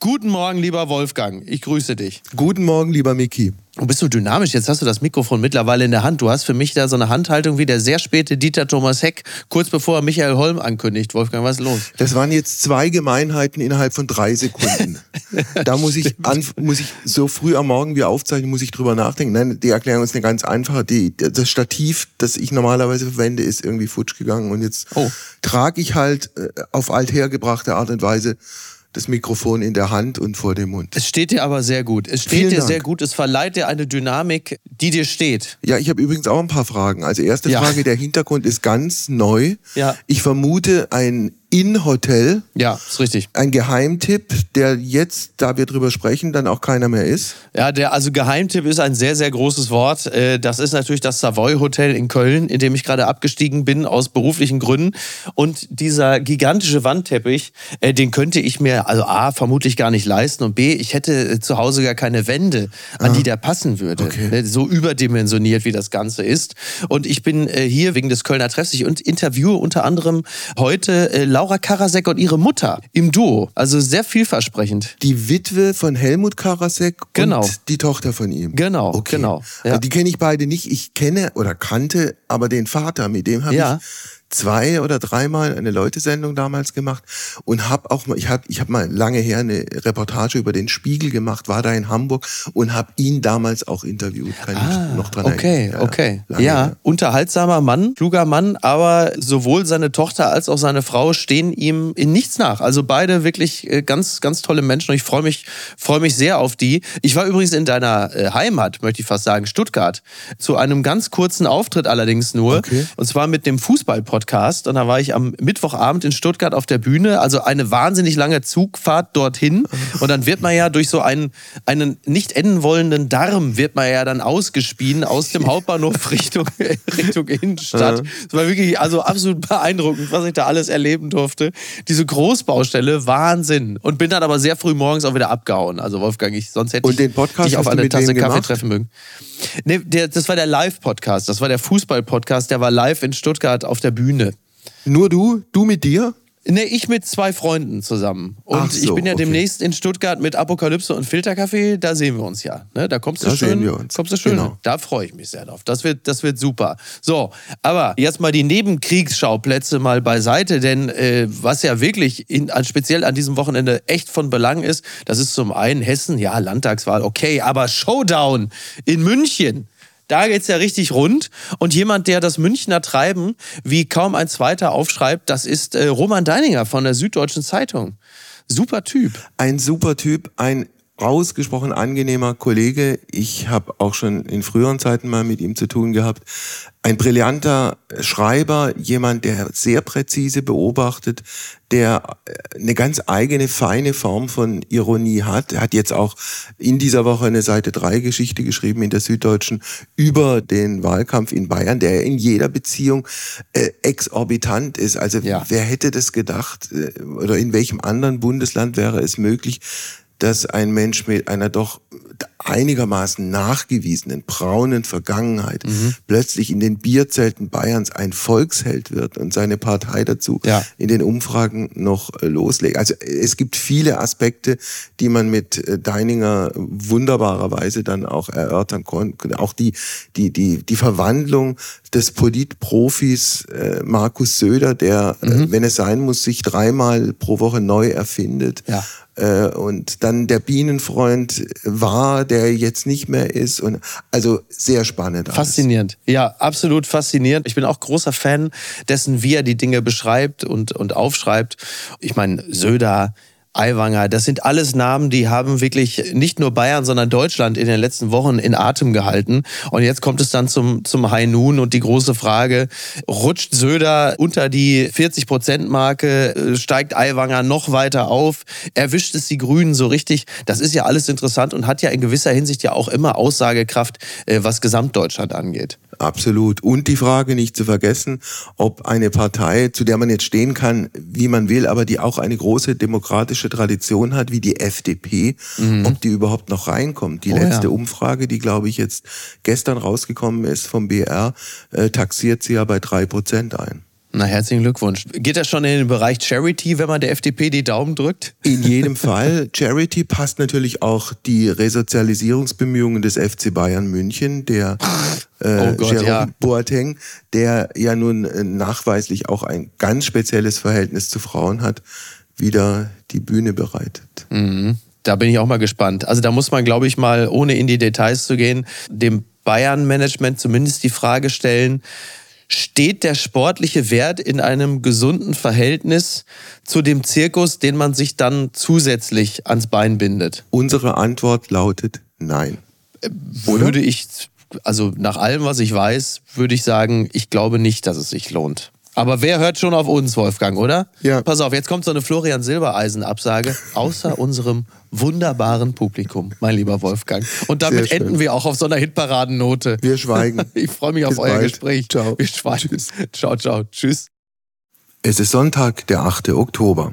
Guten Morgen, lieber Wolfgang. Ich grüße dich. Guten Morgen, lieber Micky. Du bist so dynamisch. Jetzt hast du das Mikrofon mittlerweile in der Hand. Du hast für mich da so eine Handhaltung wie der sehr späte Dieter Thomas Heck, kurz bevor er Michael Holm ankündigt. Wolfgang, was ist los? Das waren jetzt 2 Gemeinheiten innerhalb von 3 Sekunden. Da muss ich so früh am Morgen wie aufzeichnen, muss ich drüber nachdenken. Nein, die Erklärung ist eine ganz einfache. Das Stativ, das ich normalerweise verwende, ist irgendwie futsch gegangen. Und jetzt trage ich halt auf althergebrachte Art und Weise das Mikrofon in der Hand und vor dem Mund. Es steht dir aber sehr gut. Es steht dir sehr gut. Es verleiht dir eine Dynamik, die dir steht. Ja, ich habe übrigens auch ein paar Fragen. Also erste Frage, der Hintergrund ist ganz neu. Ja. Ich vermute ein In-Hotel. Ja, ist richtig. Ein Geheimtipp, der jetzt, da wir drüber sprechen, dann auch keiner mehr ist. Ja, also Geheimtipp ist ein sehr, sehr großes Wort. Das ist natürlich das Savoy Hotel in Köln, in dem ich gerade abgestiegen bin aus beruflichen Gründen. Und dieser gigantische Wandteppich, den könnte ich mir also A, vermutlich gar nicht leisten und B, ich hätte zu Hause gar keine Wände, an die der passen würde. Okay. So überdimensioniert, wie das Ganze ist. Und ich bin hier wegen des Kölner Treffs. Ich interviewe unter anderem heute Laura Karasek und ihre Mutter im Duo. Also sehr vielversprechend. Die Witwe von Helmut Karasek Genau. und die Tochter von ihm. Genau, okay. genau. Ja. Die kenne ich beide nicht. Ich kenne oder kannte aber den Vater. Mit dem habe ich 2 oder 3 Mal eine Leute-Sendung damals gemacht und habe auch mal, ich hab mal lange her eine Reportage über den Spiegel gemacht, war da in Hamburg und habe ihn damals auch interviewt. Kann ich noch dran erinnern. Okay. Ja, unterhaltsamer Mann, kluger Mann, aber sowohl seine Tochter als auch seine Frau stehen ihm in nichts nach. Also beide wirklich ganz, ganz tolle Menschen und ich freue mich sehr auf die. Ich war übrigens in deiner Heimat, möchte ich fast sagen, Stuttgart, zu einem ganz kurzen Auftritt allerdings nur. Okay. Und zwar mit dem Fußball-Podcast. Und da war ich am Mittwochabend in Stuttgart auf der Bühne, also eine wahnsinnig lange Zugfahrt dorthin. Und dann wird man ja durch so einen nicht enden wollenden Darm wird man ja dann ausgespien aus dem Hauptbahnhof Richtung Innenstadt. Das war wirklich also absolut beeindruckend, was ich da alles erleben durfte. Diese Großbaustelle, Wahnsinn. Und bin dann aber sehr früh morgens auch wieder abgehauen. Also Wolfgang, sonst hätte den Podcast dich auf hast du eine mit Tasse wem Kaffee gemacht? treffen mögen. Nee, das war der Live-Podcast, das war der Fußball-Podcast, der war live in Stuttgart auf der Bühne. Nur du? Du mit dir? Nee, ich mit 2 Freunden zusammen. Und Ach so, ich bin ja okay. demnächst in Stuttgart mit Apokalypse und Filterkaffee. Da sehen wir uns ja. Ne? Da kommst du schön. Sehen wir uns. Kommst du schön. Genau. Da freue ich mich sehr drauf. Das wird super. So, aber jetzt mal die Nebenkriegsschauplätze mal beiseite. Denn was ja wirklich speziell an diesem Wochenende echt von Belang ist, das ist zum einen Hessen, ja, Landtagswahl, okay, aber Showdown in München. Da geht's ja richtig rund. Und jemand, der das Münchner Treiben wie kaum ein zweiter aufschreibt, das ist Roman Deininger von der Süddeutschen Zeitung. Super Typ. Ein super Typ, ein ausgesprochen angenehmer Kollege. Ich habe auch schon in früheren Zeiten mal mit ihm zu tun gehabt. Ein brillanter Schreiber, jemand, der sehr präzise beobachtet, der eine ganz eigene, feine Form von Ironie hat. Er hat jetzt auch in dieser Woche eine Seite 3 Geschichte geschrieben in der Süddeutschen über den Wahlkampf in Bayern, der in jeder Beziehung exorbitant ist. Also wer hätte das gedacht oder in welchem anderen Bundesland wäre es möglich, dass ein Mensch mit einer doch einigermaßen nachgewiesenen braunen Vergangenheit plötzlich in den Bierzelten Bayerns ein Volksheld wird und seine Partei dazu in den Umfragen noch loslegt. Also es gibt viele Aspekte, die man mit Deininger wunderbarerweise dann auch erörtern konnte. Auch die Verwandlung des Politprofis Markus Söder, der, wenn es sein muss, sich 3-mal pro Woche neu erfindet. Ja. Und dann der Bienenfreund war, der jetzt nicht mehr ist. Und also sehr spannend. Faszinierend. Ja, absolut faszinierend. Ich bin auch großer Fan dessen, wie er die Dinge beschreibt und aufschreibt. Ich meine, Söder, Aiwanger, das sind alles Namen, die haben wirklich nicht nur Bayern, sondern Deutschland in den letzten Wochen in Atem gehalten. Und jetzt kommt es dann zum High Noon und die große Frage, rutscht Söder unter die 40%-Marke, steigt Aiwanger noch weiter auf, erwischt es die Grünen so richtig? Das ist ja alles interessant und hat ja in gewisser Hinsicht ja auch immer Aussagekraft, was Gesamtdeutschland angeht. Absolut. Und die Frage nicht zu vergessen, ob eine Partei, zu der man jetzt stehen kann, wie man will, aber die auch eine große demokratische Tradition hat, wie die FDP, ob die überhaupt noch reinkommt. Die letzte Umfrage, die, glaube ich, jetzt gestern rausgekommen ist vom BR, taxiert sie ja bei 3% ein. Na, herzlichen Glückwunsch. Geht das schon in den Bereich Charity, wenn man der FDP die Daumen drückt? In jedem Fall. Charity passt natürlich auch die Resozialisierungsbemühungen des FC Bayern München, der Jerome Boateng, der ja nun nachweislich auch ein ganz spezielles Verhältnis zu Frauen hat, wieder die Bühne bereitet. Mhm. Da bin ich auch mal gespannt. Also da muss man, glaube ich, mal, ohne in die Details zu gehen, dem Bayern-Management zumindest die Frage stellen, steht der sportliche Wert in einem gesunden Verhältnis zu dem Zirkus, den man sich dann zusätzlich ans Bein bindet? Unsere Antwort lautet nein. Würde ich, also nach allem, was ich weiß, würde ich sagen, ich glaube nicht, dass es sich lohnt. Aber wer hört schon auf uns, Wolfgang, oder? Ja. Pass auf, jetzt kommt so eine Florian Silbereisen-Absage, außer unserem wunderbaren Publikum, mein lieber Wolfgang. Und damit enden wir auch auf so einer Hitparadennote. Wir schweigen. Ich freue mich auf euer Gespräch. Ciao. Wir schweigen. Tschüss. Ciao, ciao. Tschüss. Es ist Sonntag, der 8. Oktober.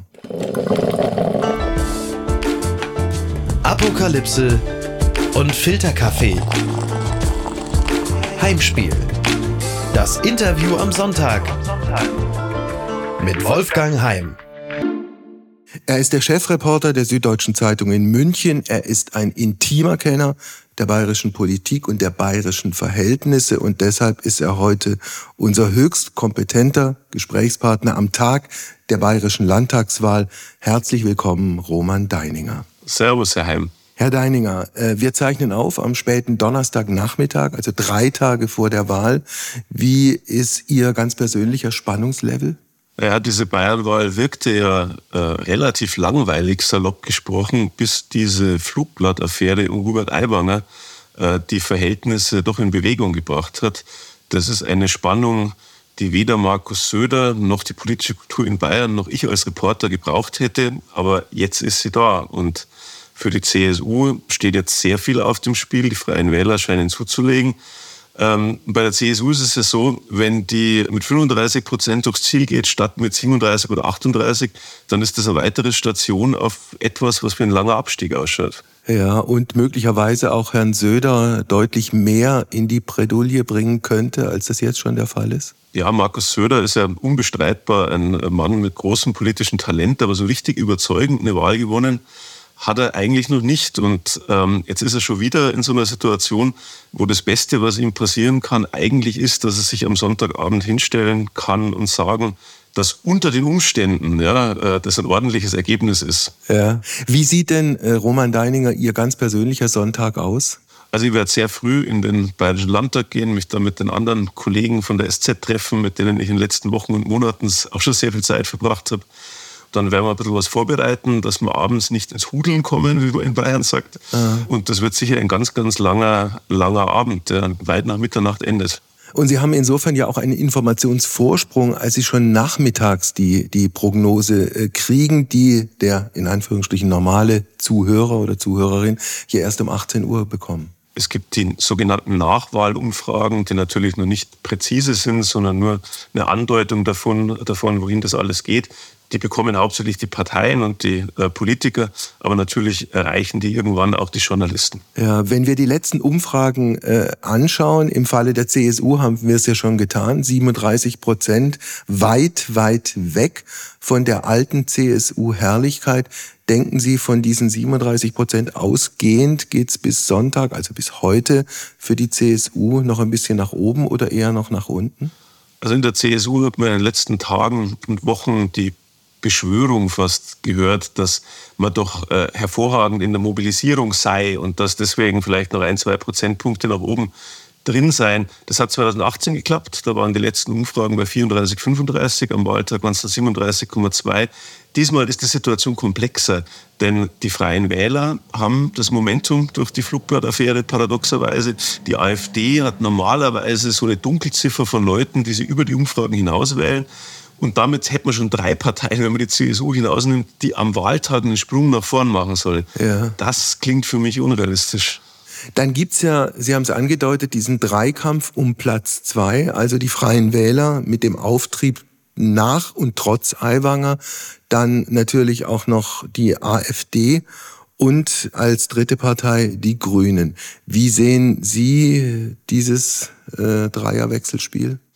Apokalypse und Filterkaffee. Heimspiel. Das Interview am Sonntag mit Wolfgang Heim. Er ist der Chefreporter der Süddeutschen Zeitung in München. Er ist ein intimer Kenner der bayerischen Politik und der bayerischen Verhältnisse. Und deshalb ist er heute unser höchst kompetenter Gesprächspartner am Tag der bayerischen Landtagswahl. Herzlich willkommen, Roman Deininger. Servus, Herr Heim. Herr Deininger, wir zeichnen auf am späten Donnerstagnachmittag, also 3 Tage vor der Wahl. Wie ist Ihr ganz persönlicher Spannungslevel? Ja, diese Bayernwahl wirkte ja relativ langweilig, salopp gesprochen, bis diese Flugblattaffäre um Hubert Aiwanger die Verhältnisse doch in Bewegung gebracht hat. Das ist eine Spannung, die weder Markus Söder noch die politische Kultur in Bayern noch ich als Reporter gebraucht hätte. Aber jetzt ist sie da und für die CSU steht jetzt sehr viel auf dem Spiel. Die Freien Wähler scheinen zuzulegen. Bei der CSU ist es ja so, wenn die mit 35% durchs Ziel geht, statt mit 37 oder 38, dann ist das eine weitere Station auf etwas, was wie ein langer Abstieg ausschaut. Ja, und möglicherweise auch Herrn Söder deutlich mehr in die Bredouille bringen könnte, als das jetzt schon der Fall ist? Ja, Markus Söder ist ja unbestreitbar ein Mann mit großem politischen Talent, aber so richtig überzeugend eine Wahl gewonnen hat er eigentlich noch nicht. Und jetzt ist er schon wieder in so einer Situation, wo das Beste, was ihm passieren kann, eigentlich ist, dass er sich am Sonntagabend hinstellen kann und sagen, dass unter den Umständen das ein ordentliches Ergebnis ist. Ja. Wie sieht denn, Roman Deininger, Ihr ganz persönlicher Sonntag aus? Also ich werde sehr früh in den Bayerischen Landtag gehen, mich da mit den anderen Kollegen von der SZ treffen, mit denen ich in den letzten Wochen und Monaten auch schon sehr viel Zeit verbracht habe. Dann werden wir ein bisschen was vorbereiten, dass wir abends nicht ins Hudeln kommen, wie man in Bayern sagt. Und das wird sicher ein ganz, ganz langer Abend, der weit nach Mitternacht endet. Und Sie haben insofern ja auch einen Informationsvorsprung, als Sie schon nachmittags die Prognose kriegen, die der in Anführungsstrichen normale Zuhörer oder Zuhörerin hier erst um 18 Uhr bekommen. Es gibt die sogenannten Nachwahlumfragen, die natürlich noch nicht präzise sind, sondern nur eine Andeutung davon, wohin das alles geht. Die bekommen hauptsächlich die Parteien und die Politiker, aber natürlich erreichen die irgendwann auch die Journalisten. Ja, wenn wir die letzten Umfragen anschauen, im Falle der CSU haben wir es ja schon getan, 37%, weit weg von der alten CSU-Herrlichkeit. Denken Sie, von diesen 37% ausgehend geht's bis Sonntag, also bis heute, für die CSU noch ein bisschen nach oben oder eher noch nach unten? Also in der CSU hat man in den letzten Tagen und Wochen die Beschwörung fast gehört, dass man doch hervorragend in der Mobilisierung sei und dass deswegen vielleicht noch 1-2 Prozentpunkte nach oben drin seien. Das hat 2018 geklappt, da waren die letzten Umfragen bei 34, 35, am Wahltag waren es 37,2. Diesmal ist die Situation komplexer, denn die Freien Wähler haben das Momentum durch die Flugblattaffäre paradoxerweise. Die AfD hat normalerweise so eine Dunkelziffer von Leuten, die sie über die Umfragen hinaus wählen. Und damit hätte man schon 3 Parteien, wenn man die CSU hinausnimmt, die am Wahltag einen Sprung nach vorn machen soll. Ja. Das klingt für mich unrealistisch. Dann gibt's ja, Sie haben es angedeutet, diesen Dreikampf um Platz 2, also die Freien Wähler mit dem Auftrieb nach und trotz Aiwanger, dann natürlich auch noch die AfD und als dritte Partei die Grünen. Wie sehen Sie dieses Dreierwechselspiel?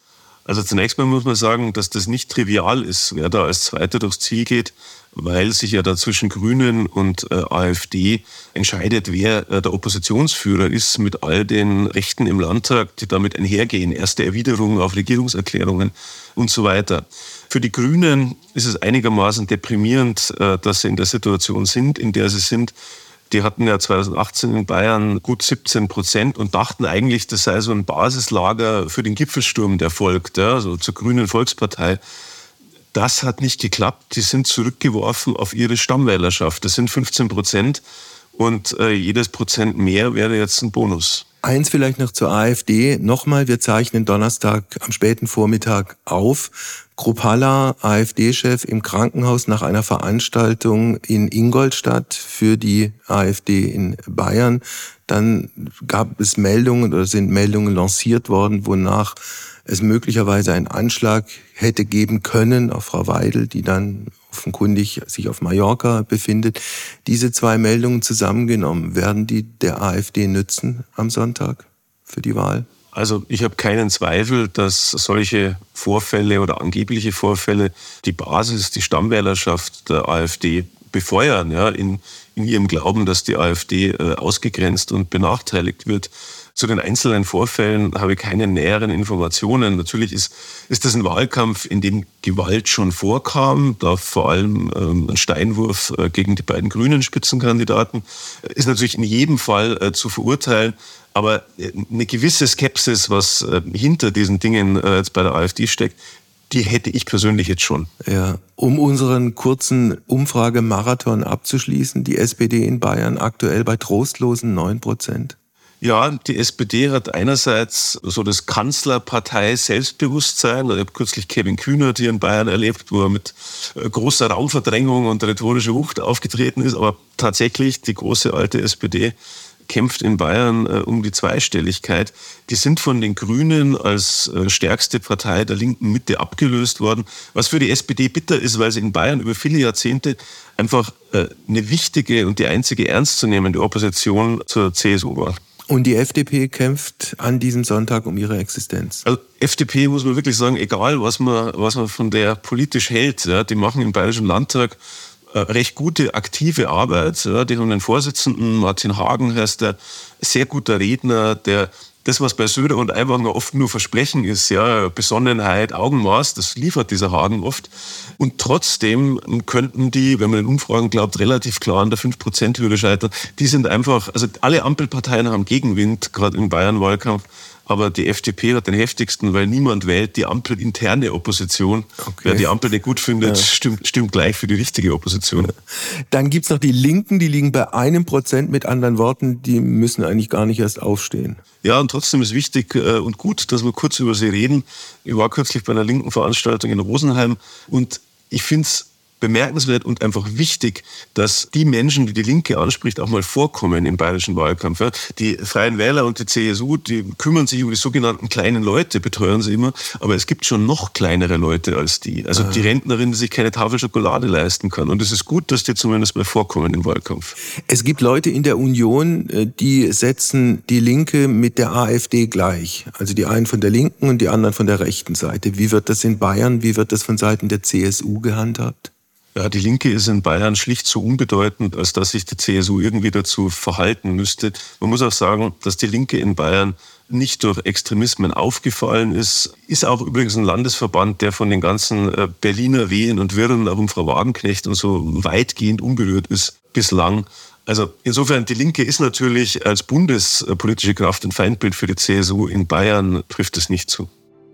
Also zunächst mal muss man sagen, dass das nicht trivial ist, wer da als Zweiter durchs Ziel geht, weil sich ja da zwischen Grünen und AfD entscheidet, wer der Oppositionsführer ist mit all den Rechten im Landtag, die damit einhergehen. Erste Erwiderungen auf Regierungserklärungen und so weiter. Für die Grünen ist es einigermaßen deprimierend, dass sie in der Situation sind, in der sie sind. Die hatten ja 2018 in Bayern gut 17% und dachten eigentlich, das sei so ein Basislager für den Gipfelsturm, der folgt, ja, also zur Grünen Volkspartei. Das hat nicht geklappt. Die sind zurückgeworfen auf ihre Stammwählerschaft. Das sind 15% und jedes Prozent mehr wäre jetzt ein Bonus. Eins vielleicht noch zur AfD. Nochmal, wir zeichnen Donnerstag am späten Vormittag auf. Kruppalla, AfD-Chef im Krankenhaus nach einer Veranstaltung in Ingolstadt für die AfD in Bayern. Dann gab es Meldungen oder sind Meldungen lanciert worden, wonach es möglicherweise einen Anschlag hätte geben können auf Frau Weidel, die dann offenkundig sich auf Mallorca befindet. Diese zwei Meldungen zusammengenommen, werden die der AfD nützen am Sonntag für die Wahl? Also ich habe keinen Zweifel, dass solche Vorfälle oder angebliche Vorfälle die Basis, die Stammwählerschaft der AfD befeuern, ja, in ihrem Glauben, dass die AfD ausgegrenzt und benachteiligt wird. Zu den einzelnen Vorfällen habe ich keine näheren Informationen. Natürlich ist das ein Wahlkampf, in dem Gewalt schon vorkam, da vor allem ein Steinwurf gegen die beiden grünen Spitzenkandidaten. Ist natürlich in jedem Fall zu verurteilen, aber eine gewisse Skepsis, was hinter diesen Dingen jetzt bei der AfD steckt, die hätte ich persönlich jetzt schon. Ja, um unseren kurzen Umfragemarathon abzuschließen, die SPD in Bayern aktuell bei trostlosen 9%. Ja, die SPD hat einerseits so das Kanzlerpartei-Selbstbewusstsein. Ich habe kürzlich Kevin Kühnert hier in Bayern erlebt, wo er mit großer Raumverdrängung und rhetorischer Wucht aufgetreten ist. Aber tatsächlich, die große alte SPD kämpft in Bayern um die Zweistelligkeit. Die sind von den Grünen als stärkste Partei der linken Mitte abgelöst worden, was für die SPD bitter ist, weil sie in Bayern über viele Jahrzehnte einfach eine wichtige und die einzige ernstzunehmende Opposition zur CSU war. Und die FDP kämpft an diesem Sonntag um ihre Existenz. Also FDP muss man wirklich sagen, egal was man von der politisch hält, ja, die machen im Bayerischen Landtag recht gute, aktive Arbeit. Ja, die haben einen Vorsitzenden, Martin Hagen heißt der, sehr guter Redner, der das, was bei Söder und Aiwanger oft nur Versprechen ist, ja, Besonnenheit, Augenmaß, das liefert dieser Hagen oft. Und trotzdem könnten die, wenn man den Umfragen glaubt, relativ klar an der 5%-Hürde scheitern. Die sind einfach, also alle Ampelparteien haben Gegenwind, gerade im Bayern-Wahlkampf. Aber die FDP hat den heftigsten, weil niemand wählt die Ampel-interne Opposition. Okay. Wer die Ampel nicht gut findet, stimmt gleich für die richtige Opposition. Dann gibt's noch die Linken, die liegen bei 1%. Mit anderen Worten, die müssen eigentlich gar nicht erst aufstehen. Ja, und trotzdem ist wichtig und gut, dass wir kurz über sie reden. Ich war kürzlich bei einer linken Veranstaltung in Rosenheim und ich finde es bemerkenswert und einfach wichtig, dass die Menschen, die die Linke anspricht, auch mal vorkommen im bayerischen Wahlkampf. Die Freien Wähler und die CSU, die kümmern sich um die sogenannten kleinen Leute, beteuern sie immer, aber es gibt schon noch kleinere Leute als die. Also die Rentnerin, die sich keine Tafel Schokolade leisten kann. Und es ist gut, dass die zumindest mal vorkommen im Wahlkampf. Es gibt Leute in der Union, die setzen die Linke mit der AfD gleich. Also die einen von der linken und die anderen von der rechten Seite. Wie wird das in Bayern, wie wird das von Seiten der CSU gehandhabt? Ja, die Linke ist in Bayern schlicht so unbedeutend, als dass sich die CSU irgendwie dazu verhalten müsste. Man muss auch sagen, dass die Linke in Bayern nicht durch Extremismen aufgefallen ist. Ist auch übrigens ein Landesverband, der von den ganzen Berliner Wehen und Wirren, auch um Frau Wagenknecht und so weitgehend unberührt ist bislang. Also insofern, die Linke ist natürlich als bundespolitische Kraft ein Feindbild für die CSU. In Bayern trifft es nicht zu.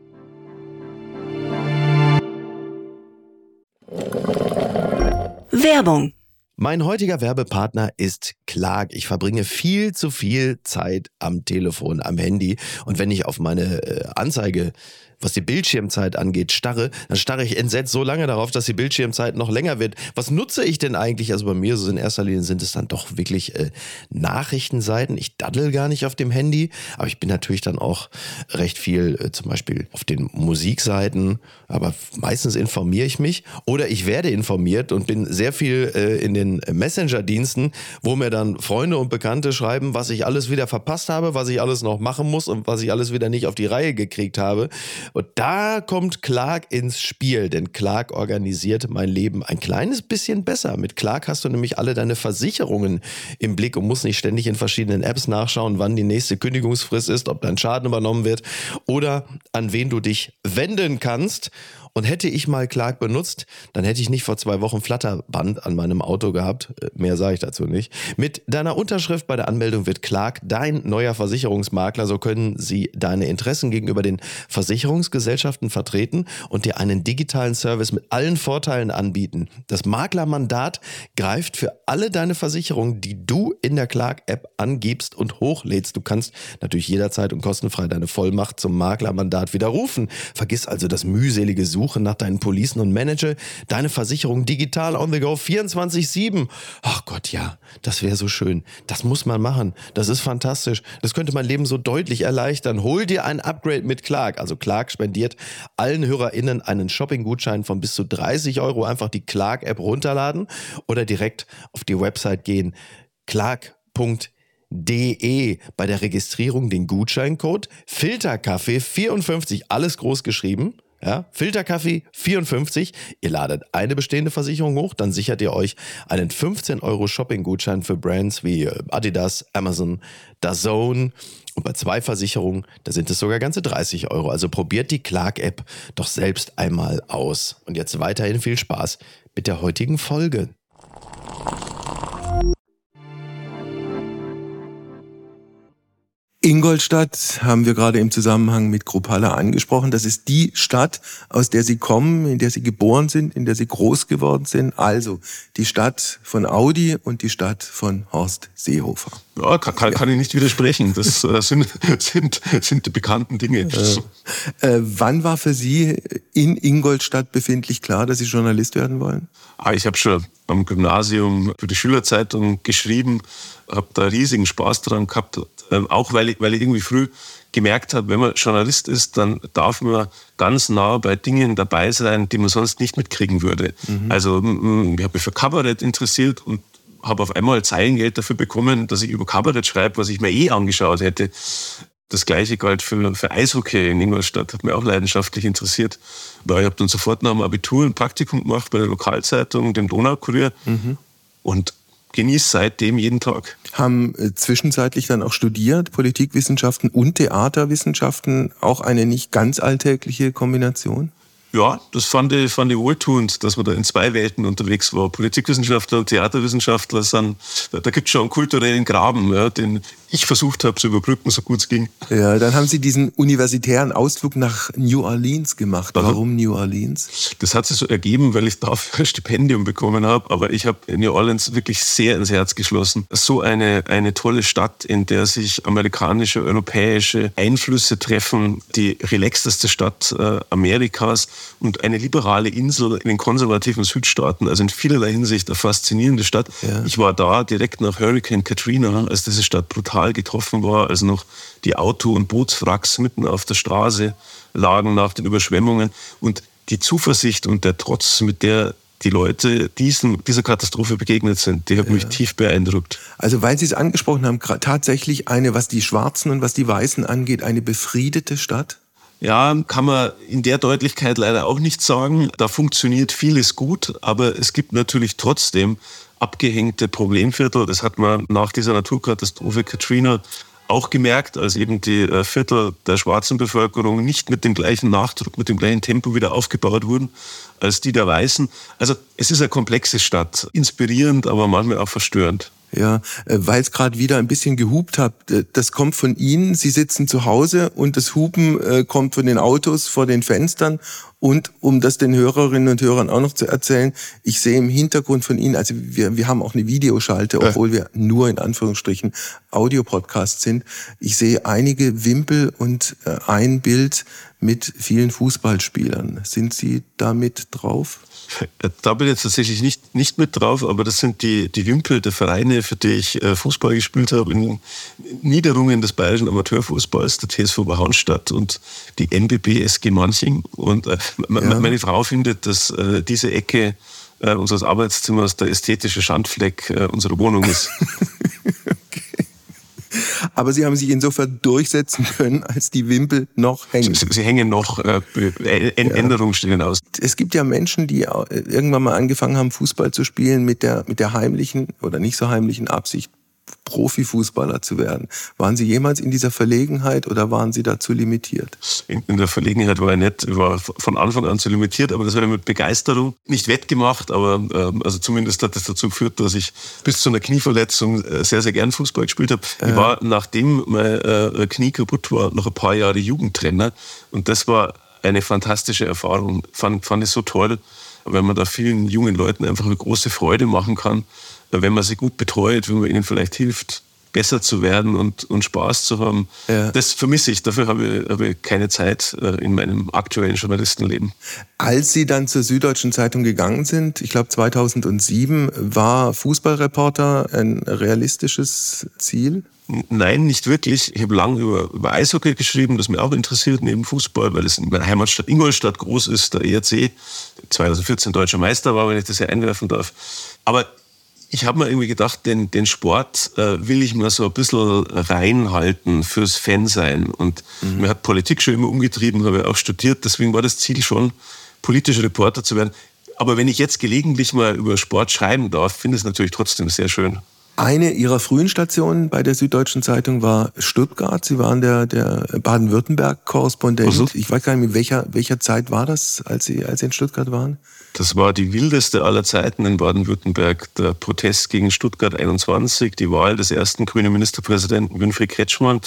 Werbung. Mein heutiger Werbepartner ist Clark. Ich verbringe viel zu viel Zeit am Telefon, am Handy. Und wenn ich auf meine Anzeige, was die Bildschirmzeit angeht, starre, dann starre ich entsetzt so lange darauf, dass die Bildschirmzeit noch länger wird. Was nutze ich denn eigentlich? Also bei mir so in erster Linie sind es dann doch wirklich Nachrichtenseiten. Ich daddel gar nicht auf dem Handy, aber ich bin natürlich dann auch recht viel zum Beispiel auf den Musikseiten, aber meistens informiere ich mich oder ich werde informiert und bin sehr viel in den Messenger-Diensten, wo mir dann Freunde und Bekannte schreiben, was ich alles wieder verpasst habe, was ich alles noch machen muss und was ich alles wieder nicht auf die Reihe gekriegt habe. Und da kommt Clark ins Spiel, denn Clark organisiert mein Leben ein kleines bisschen besser. Mit Clark hast du nämlich alle deine Versicherungen im Blick und musst nicht ständig in verschiedenen Apps nachschauen, wann die nächste Kündigungsfrist ist, ob dein Schaden übernommen wird oder an wen du dich wenden kannst. Und hätte ich mal Clark benutzt, dann hätte ich nicht vor 2 Wochen Flatterband an meinem Auto gehabt. Mehr sage ich dazu nicht. Mit deiner Unterschrift bei der Anmeldung wird Clark dein neuer Versicherungsmakler. So können sie deine Interessen gegenüber den Versicherungsgesellschaften vertreten und dir einen digitalen Service mit allen Vorteilen anbieten. Das Maklermandat greift für alle deine Versicherungen, die du in der Clark-App angibst und hochlädst. Du kannst natürlich jederzeit und kostenfrei deine Vollmacht zum Maklermandat widerrufen. Vergiss also das mühselige Suchen nach deinen Policen und manage deine Versicherung digital on the go 24/7. Ach Gott, ja, das wäre so schön. Das muss man machen. Das ist fantastisch. Das könnte mein Leben so deutlich erleichtern. Hol dir ein Upgrade mit Clark. Also Clark spendiert allen HörerInnen einen Shopping-Gutschein von bis zu 30 €. Einfach die Clark-App runterladen oder direkt auf die Website gehen. Clark.de. Bei der Registrierung den Gutscheincode Filterkaffee 54, alles groß geschrieben. Ja, Filterkaffee 54. Ihr ladet eine bestehende Versicherung hoch, dann sichert ihr euch einen 15 € Shopping-Gutschein für Brands wie Adidas, Amazon, DAZN. Und bei 2 Versicherungen, da sind es sogar ganze 30 €. Also probiert die Clark-App doch selbst einmal aus. Und jetzt weiterhin viel Spaß mit der heutigen Folge. Ingolstadt haben wir gerade im Zusammenhang mit Kruppalla angesprochen. Das ist die Stadt, aus der Sie kommen, in der Sie geboren sind, in der Sie groß geworden sind. Also die Stadt von Audi und die Stadt von Horst Seehofer. Ja, kann ich nicht widersprechen. Das sind die bekannten Dinge. Wann war für Sie in Ingolstadt befindlich klar, dass Sie Journalist werden wollen? Ich habe schon am Gymnasium für die Schülerzeitung geschrieben, habe da riesigen Spaß dran gehabt, auch weil ich irgendwie früh gemerkt habe, wenn man Journalist ist, dann darf man ganz nah bei Dingen dabei sein, die man sonst nicht mitkriegen würde. Also ich habe mich für Kabarett interessiert und habe auf einmal Zeilengeld dafür bekommen, dass ich über Kabarett schreibe, was ich mir angeschaut hätte. Das Gleiche galt für Eishockey in Ingolstadt, hat mich auch leidenschaftlich interessiert. Weil ich habe dann sofort nach dem Abitur ein Praktikum gemacht bei der Lokalzeitung, dem Donaukurier, und genieße seitdem jeden Tag. Haben zwischenzeitlich dann auch studiert, Politikwissenschaften und Theaterwissenschaften, auch eine nicht ganz alltägliche Kombination? Ja, das fand ich wohltuend, dass man da in 2 Welten unterwegs war. Politikwissenschaftler und Theaterwissenschaftler da gibt es schon einen kulturellen Graben, ja, den ich versucht habe zu überbrücken, so gut es ging. Ja, dann haben Sie diesen universitären Ausflug nach New Orleans gemacht. Warum New Orleans? Das hat sich so ergeben, weil ich dafür ein Stipendium bekommen habe. Aber ich habe New Orleans wirklich sehr ins Herz geschlossen. So eine tolle Stadt, in der sich amerikanische, europäische Einflüsse treffen. Die relaxteste Stadt Amerikas und eine liberale Insel in den konservativen Südstaaten. Also in vielerlei Hinsicht eine faszinierende Stadt. Ja. Ich war da direkt nach Hurricane Katrina, als diese Stadt brutal getroffen war, als noch die Auto- und Bootswracks mitten auf der Straße lagen nach den Überschwemmungen. Und die Zuversicht und der Trotz, mit der die Leute dieser Katastrophe begegnet sind, die hat mich tief beeindruckt. Also weil Sie es angesprochen haben, tatsächlich eine, was die Schwarzen und was die Weißen angeht, eine befriedete Stadt? Ja, kann man in der Deutlichkeit leider auch nicht sagen. Da funktioniert vieles gut, aber es gibt natürlich trotzdem abgehängte Problemviertel. Das hat man nach dieser Naturkatastrophe Katrina auch gemerkt, als eben die Viertel der schwarzen Bevölkerung nicht mit dem gleichen Nachdruck, mit dem gleichen Tempo wieder aufgebaut wurden als die der Weißen. Also es ist eine komplexe Stadt, inspirierend, aber manchmal auch verstörend. Ja, weil es gerade wieder ein bisschen gehupt hat, das kommt von Ihnen, Sie sitzen zu Hause und das Hupen kommt von den Autos vor den Fenstern. Und um das den Hörerinnen und Hörern auch noch zu erzählen, ich sehe im Hintergrund von Ihnen, also wir haben auch eine Videoschalte, obwohl wir nur in Anführungsstrichen Audiopodcast sind. Ich sehe einige Wimpel und ein Bild mit vielen Fußballspielern. Sind Sie da mit drauf? Da bin ich jetzt tatsächlich nicht mit drauf, aber das sind die Wimpel der Vereine, für die ich Fußball gespielt habe, in Niederungen des bayerischen Amateurfußballs, der TSV Bahannstadt und die MBB SG Manching. Und meine Frau findet, dass diese Ecke unseres Arbeitszimmers der ästhetische Schandfleck unserer Wohnung ist. Aber Sie haben sich insofern durchsetzen können, als die Wimpel noch hängen. Sie hängen noch, Änderungen stehen aus. Es gibt ja Menschen, die irgendwann mal angefangen haben, Fußball zu spielen mit der heimlichen oder nicht so heimlichen Absicht, Profifußballer zu werden. Waren Sie jemals in dieser Verlegenheit oder waren Sie dazu limitiert? In der Verlegenheit war ich nicht. Ich war von Anfang an zu limitiert, aber das war mit Begeisterung nicht wettgemacht, aber also zumindest hat das dazu geführt, dass ich bis zu einer Knieverletzung sehr, sehr gern Fußball gespielt habe. Ich war, nachdem mein Knie kaputt war, noch ein paar Jahre Jugendtrainer und das war eine fantastische Erfahrung. Fand ich so toll, weil man da vielen jungen Leuten einfach eine große Freude machen kann, wenn man sie gut betreut, wenn man ihnen vielleicht hilft, besser zu werden und Spaß zu haben. Ja. Das vermisse ich. Dafür habe ich keine Zeit in meinem aktuellen Journalistenleben. Als Sie dann zur Süddeutschen Zeitung gegangen sind, ich glaube 2007, war Fußballreporter ein realistisches Ziel? Nein, nicht wirklich. Ich habe lange über Eishockey geschrieben, das mich auch interessiert neben Fußball, weil es in meiner Heimatstadt Ingolstadt groß ist, der ERC 2014 deutscher Meister war, wenn ich das hier einwerfen darf. Aber ich habe mir irgendwie gedacht, den Sport will ich mir so ein bisschen reinhalten fürs Fansein. Und mir hat Politik schon immer umgetrieben, habe ich auch studiert. Deswegen war das Ziel schon, politischer Reporter zu werden. Aber wenn ich jetzt gelegentlich mal über Sport schreiben darf, finde ich es natürlich trotzdem sehr schön. Eine Ihrer frühen Stationen bei der Süddeutschen Zeitung war Stuttgart. Sie waren der Baden-Württemberg-Korrespondent. Also, ich weiß gar nicht, mit welcher Zeit war das, als Sie in Stuttgart waren? Das war die wildeste aller Zeiten in Baden-Württemberg. Der Protest gegen Stuttgart 21, die Wahl des ersten grünen Ministerpräsidenten Winfried Kretschmann,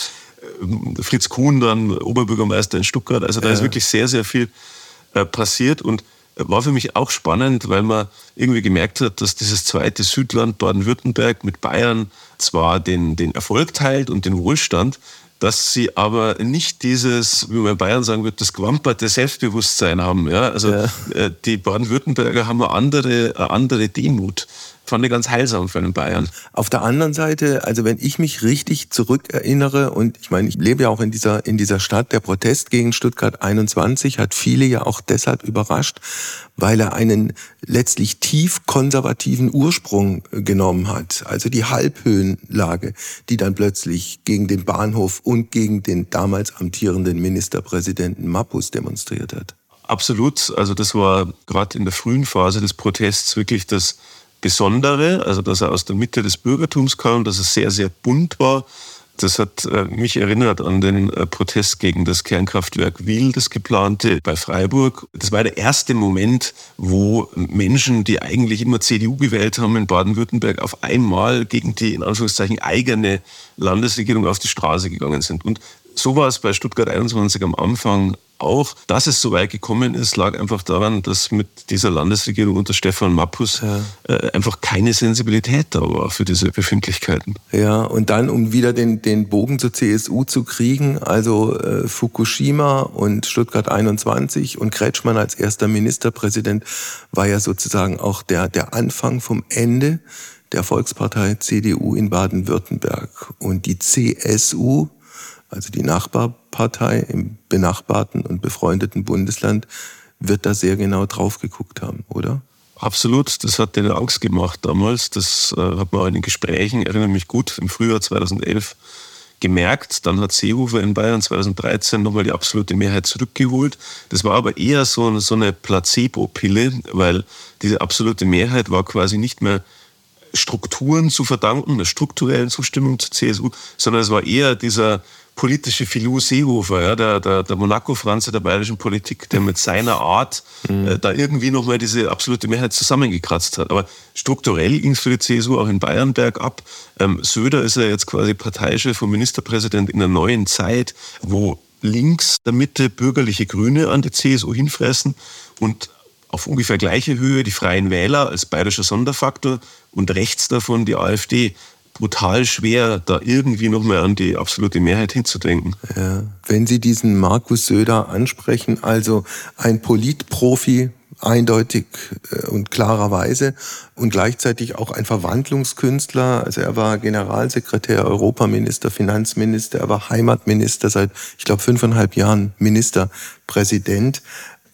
Fritz Kuhn dann Oberbürgermeister in Stuttgart. Also da ist wirklich sehr, sehr viel passiert und war für mich auch spannend, weil man irgendwie gemerkt hat, dass dieses zweite Südland Baden-Württemberg mit Bayern zwar den Erfolg teilt und den Wohlstand, dass sie aber nicht dieses, wie man in Bayern sagen würde, das gewamperte Selbstbewusstsein haben. Ja? Also die Baden-Württemberger haben eine andere Demut. Fand ich ganz heilsam für einen Bayern. Auf der anderen Seite, also wenn ich mich richtig zurückerinnere, und ich meine, ich lebe ja auch in dieser Stadt, der Protest gegen Stuttgart 21 hat viele ja auch deshalb überrascht, weil er einen letztlich tief konservativen Ursprung genommen hat. Also die Halbhöhenlage, die dann plötzlich gegen den Bahnhof und gegen den damals amtierenden Ministerpräsidenten Mappus demonstriert hat. Absolut. Also das war gerade in der frühen Phase des Protests wirklich das Besondere, also dass er aus der Mitte des Bürgertums kam, dass er sehr, sehr bunt war. Das hat mich erinnert an den Protest gegen das Kernkraftwerk Wil, das geplante bei Freiburg. Das war der erste Moment, wo Menschen, die eigentlich immer CDU gewählt haben in Baden-Württemberg, auf einmal gegen die, in Anführungszeichen, eigene Landesregierung auf die Straße gegangen sind. Und so war es bei Stuttgart 21 am Anfang auch. Dass es so weit gekommen ist, lag einfach daran, dass mit dieser Landesregierung unter Stefan Mappus einfach keine Sensibilität da war für diese Befindlichkeiten. Ja, und dann, um wieder den Bogen zur CSU zu kriegen, also Fukushima und Stuttgart 21 und Kretschmann als erster Ministerpräsident war ja sozusagen auch der Anfang vom Ende der Volkspartei CDU in Baden-Württemberg. Und die CSU, also die Nachbarpartei im benachbarten und befreundeten Bundesland, wird da sehr genau drauf geguckt haben, oder? Absolut, das hat denen Angst gemacht damals. Das hat man auch in den Gesprächen, erinnere mich gut, im Frühjahr 2011 gemerkt. Dann hat Seehofer in Bayern 2013 nochmal die absolute Mehrheit zurückgeholt. Das war aber eher so eine Placebo-Pille, weil diese absolute Mehrheit war quasi nicht mehr Strukturen zu verdanken, einer strukturellen Zustimmung zur CSU, sondern es war eher dieser politische Filou Seehofer, ja, der Monaco-Franze der bayerischen Politik, der mit seiner Art da irgendwie nochmal diese absolute Mehrheit zusammengekratzt hat. Aber strukturell ging es für die CSU auch in Bayern bergab. Söder ist ja jetzt quasi Parteichef und Ministerpräsident in einer neuen Zeit, wo links der Mitte bürgerliche Grüne an die CSU hinfressen und auf ungefähr gleiche Höhe die Freien Wähler als bayerischer Sonderfaktor und rechts davon die AfD. Brutal schwer, da irgendwie noch mal an die absolute Mehrheit hinzudenken. Ja. Wenn Sie diesen Markus Söder ansprechen, also ein Politprofi, eindeutig und klarerweise und gleichzeitig auch ein Verwandlungskünstler. Also er war Generalsekretär, Europaminister, Finanzminister, er war Heimatminister seit, ich glaube, 5,5 Jahren Ministerpräsident.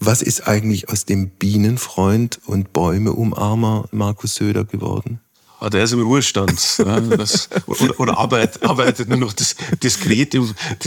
Was ist eigentlich aus dem Bienenfreund und Bäumeumarmer Markus Söder geworden? Der ist im Ruhestand. Ja, oder arbeitet nur noch diskret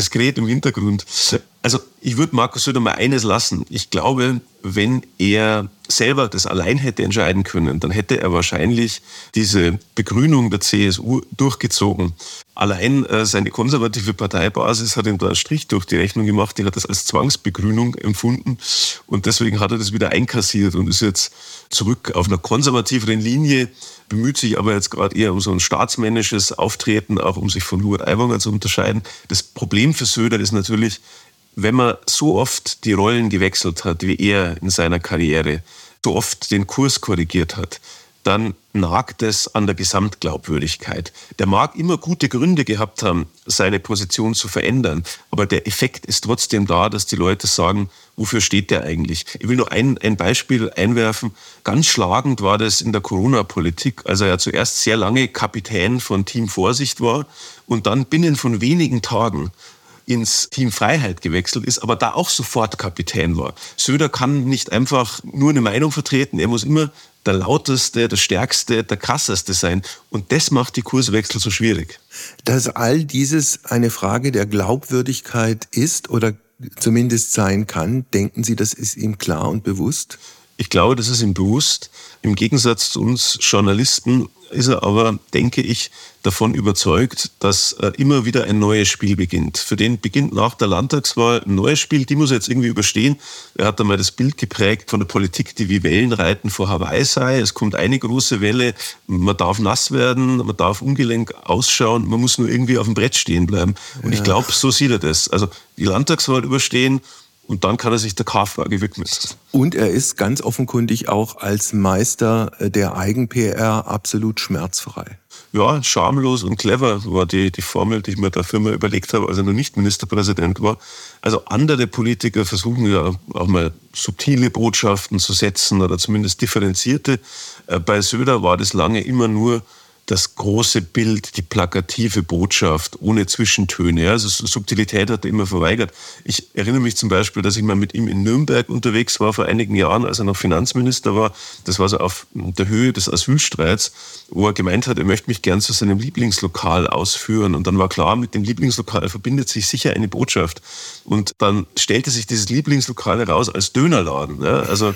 im Hintergrund. Also ich würde Markus Söder mal eines lassen. Ich glaube, wenn er selber das allein hätte entscheiden können, dann hätte er wahrscheinlich diese Begrünung der CSU durchgezogen. Allein seine konservative Parteibasis hat ihm da einen Strich durch die Rechnung gemacht. Die hat das als Zwangsbegrünung empfunden und deswegen hat er das wieder einkassiert und ist jetzt zurück auf einer konservativeren Linie, bemüht sich aber jetzt gerade eher um so ein staatsmännisches Auftreten, auch um sich von Hubert Aiwanger zu unterscheiden. Das Problem für Söder ist natürlich, wenn man so oft die Rollen gewechselt hat, wie er in seiner Karriere, so oft den Kurs korrigiert hat, dann nagt es an der Gesamtglaubwürdigkeit. Der mag immer gute Gründe gehabt haben, seine Position zu verändern, aber der Effekt ist trotzdem da, dass die Leute sagen, wofür steht der eigentlich? Ich will nur ein Beispiel einwerfen. Ganz schlagend war das in der Corona-Politik, als er ja zuerst sehr lange Kapitän von Team Vorsicht war und dann binnen von wenigen Tagen ins Team Freiheit gewechselt ist, aber da auch sofort Kapitän war. Söder kann nicht einfach nur eine Meinung vertreten, er muss immer der lauteste, der stärkste, der krasseste sein. Und das macht die Kurswechsel so schwierig. Dass all dieses eine Frage der Glaubwürdigkeit ist oder zumindest sein kann, denken Sie, das ist ihm klar und bewusst? Ich glaube, das ist ihm bewusst. Im Gegensatz zu uns Journalisten ist er aber, denke ich, davon überzeugt, dass immer wieder ein neues Spiel beginnt. Für den beginnt nach der Landtagswahl ein neues Spiel, die muss er jetzt irgendwie überstehen. Er hat einmal das Bild geprägt von der Politik, die wie Wellenreiten vor Hawaii sei. Es kommt eine große Welle, man darf nass werden, man darf ungelenk ausschauen, man muss nur irgendwie auf dem Brett stehen bleiben. Und ich glaube, so sieht er das. Also die Landtagswahl überstehen, und dann kann er sich der K-Frage widmen. Und er ist ganz offenkundig auch als Meister der Eigen-PR absolut schmerzfrei. Ja, schamlos und clever war die Formel, die ich mir der Firma überlegt habe, als er noch nicht Ministerpräsident war. Also andere Politiker versuchen ja auch mal subtile Botschaften zu setzen oder zumindest differenzierte. Bei Söder war das lange immer nur das große Bild, die plakative Botschaft ohne Zwischentöne. Ja, also Subtilität hat er immer verweigert. Ich erinnere mich zum Beispiel, dass ich mal mit ihm in Nürnberg unterwegs war vor einigen Jahren, als er noch Finanzminister war. Das war so auf der Höhe des Asylstreits, wo er gemeint hat, er möchte mich gern zu seinem Lieblingslokal ausführen. Und dann war klar, mit dem Lieblingslokal verbindet sich sicher eine Botschaft. Und dann stellte sich dieses Lieblingslokal heraus als Dönerladen. Ja, also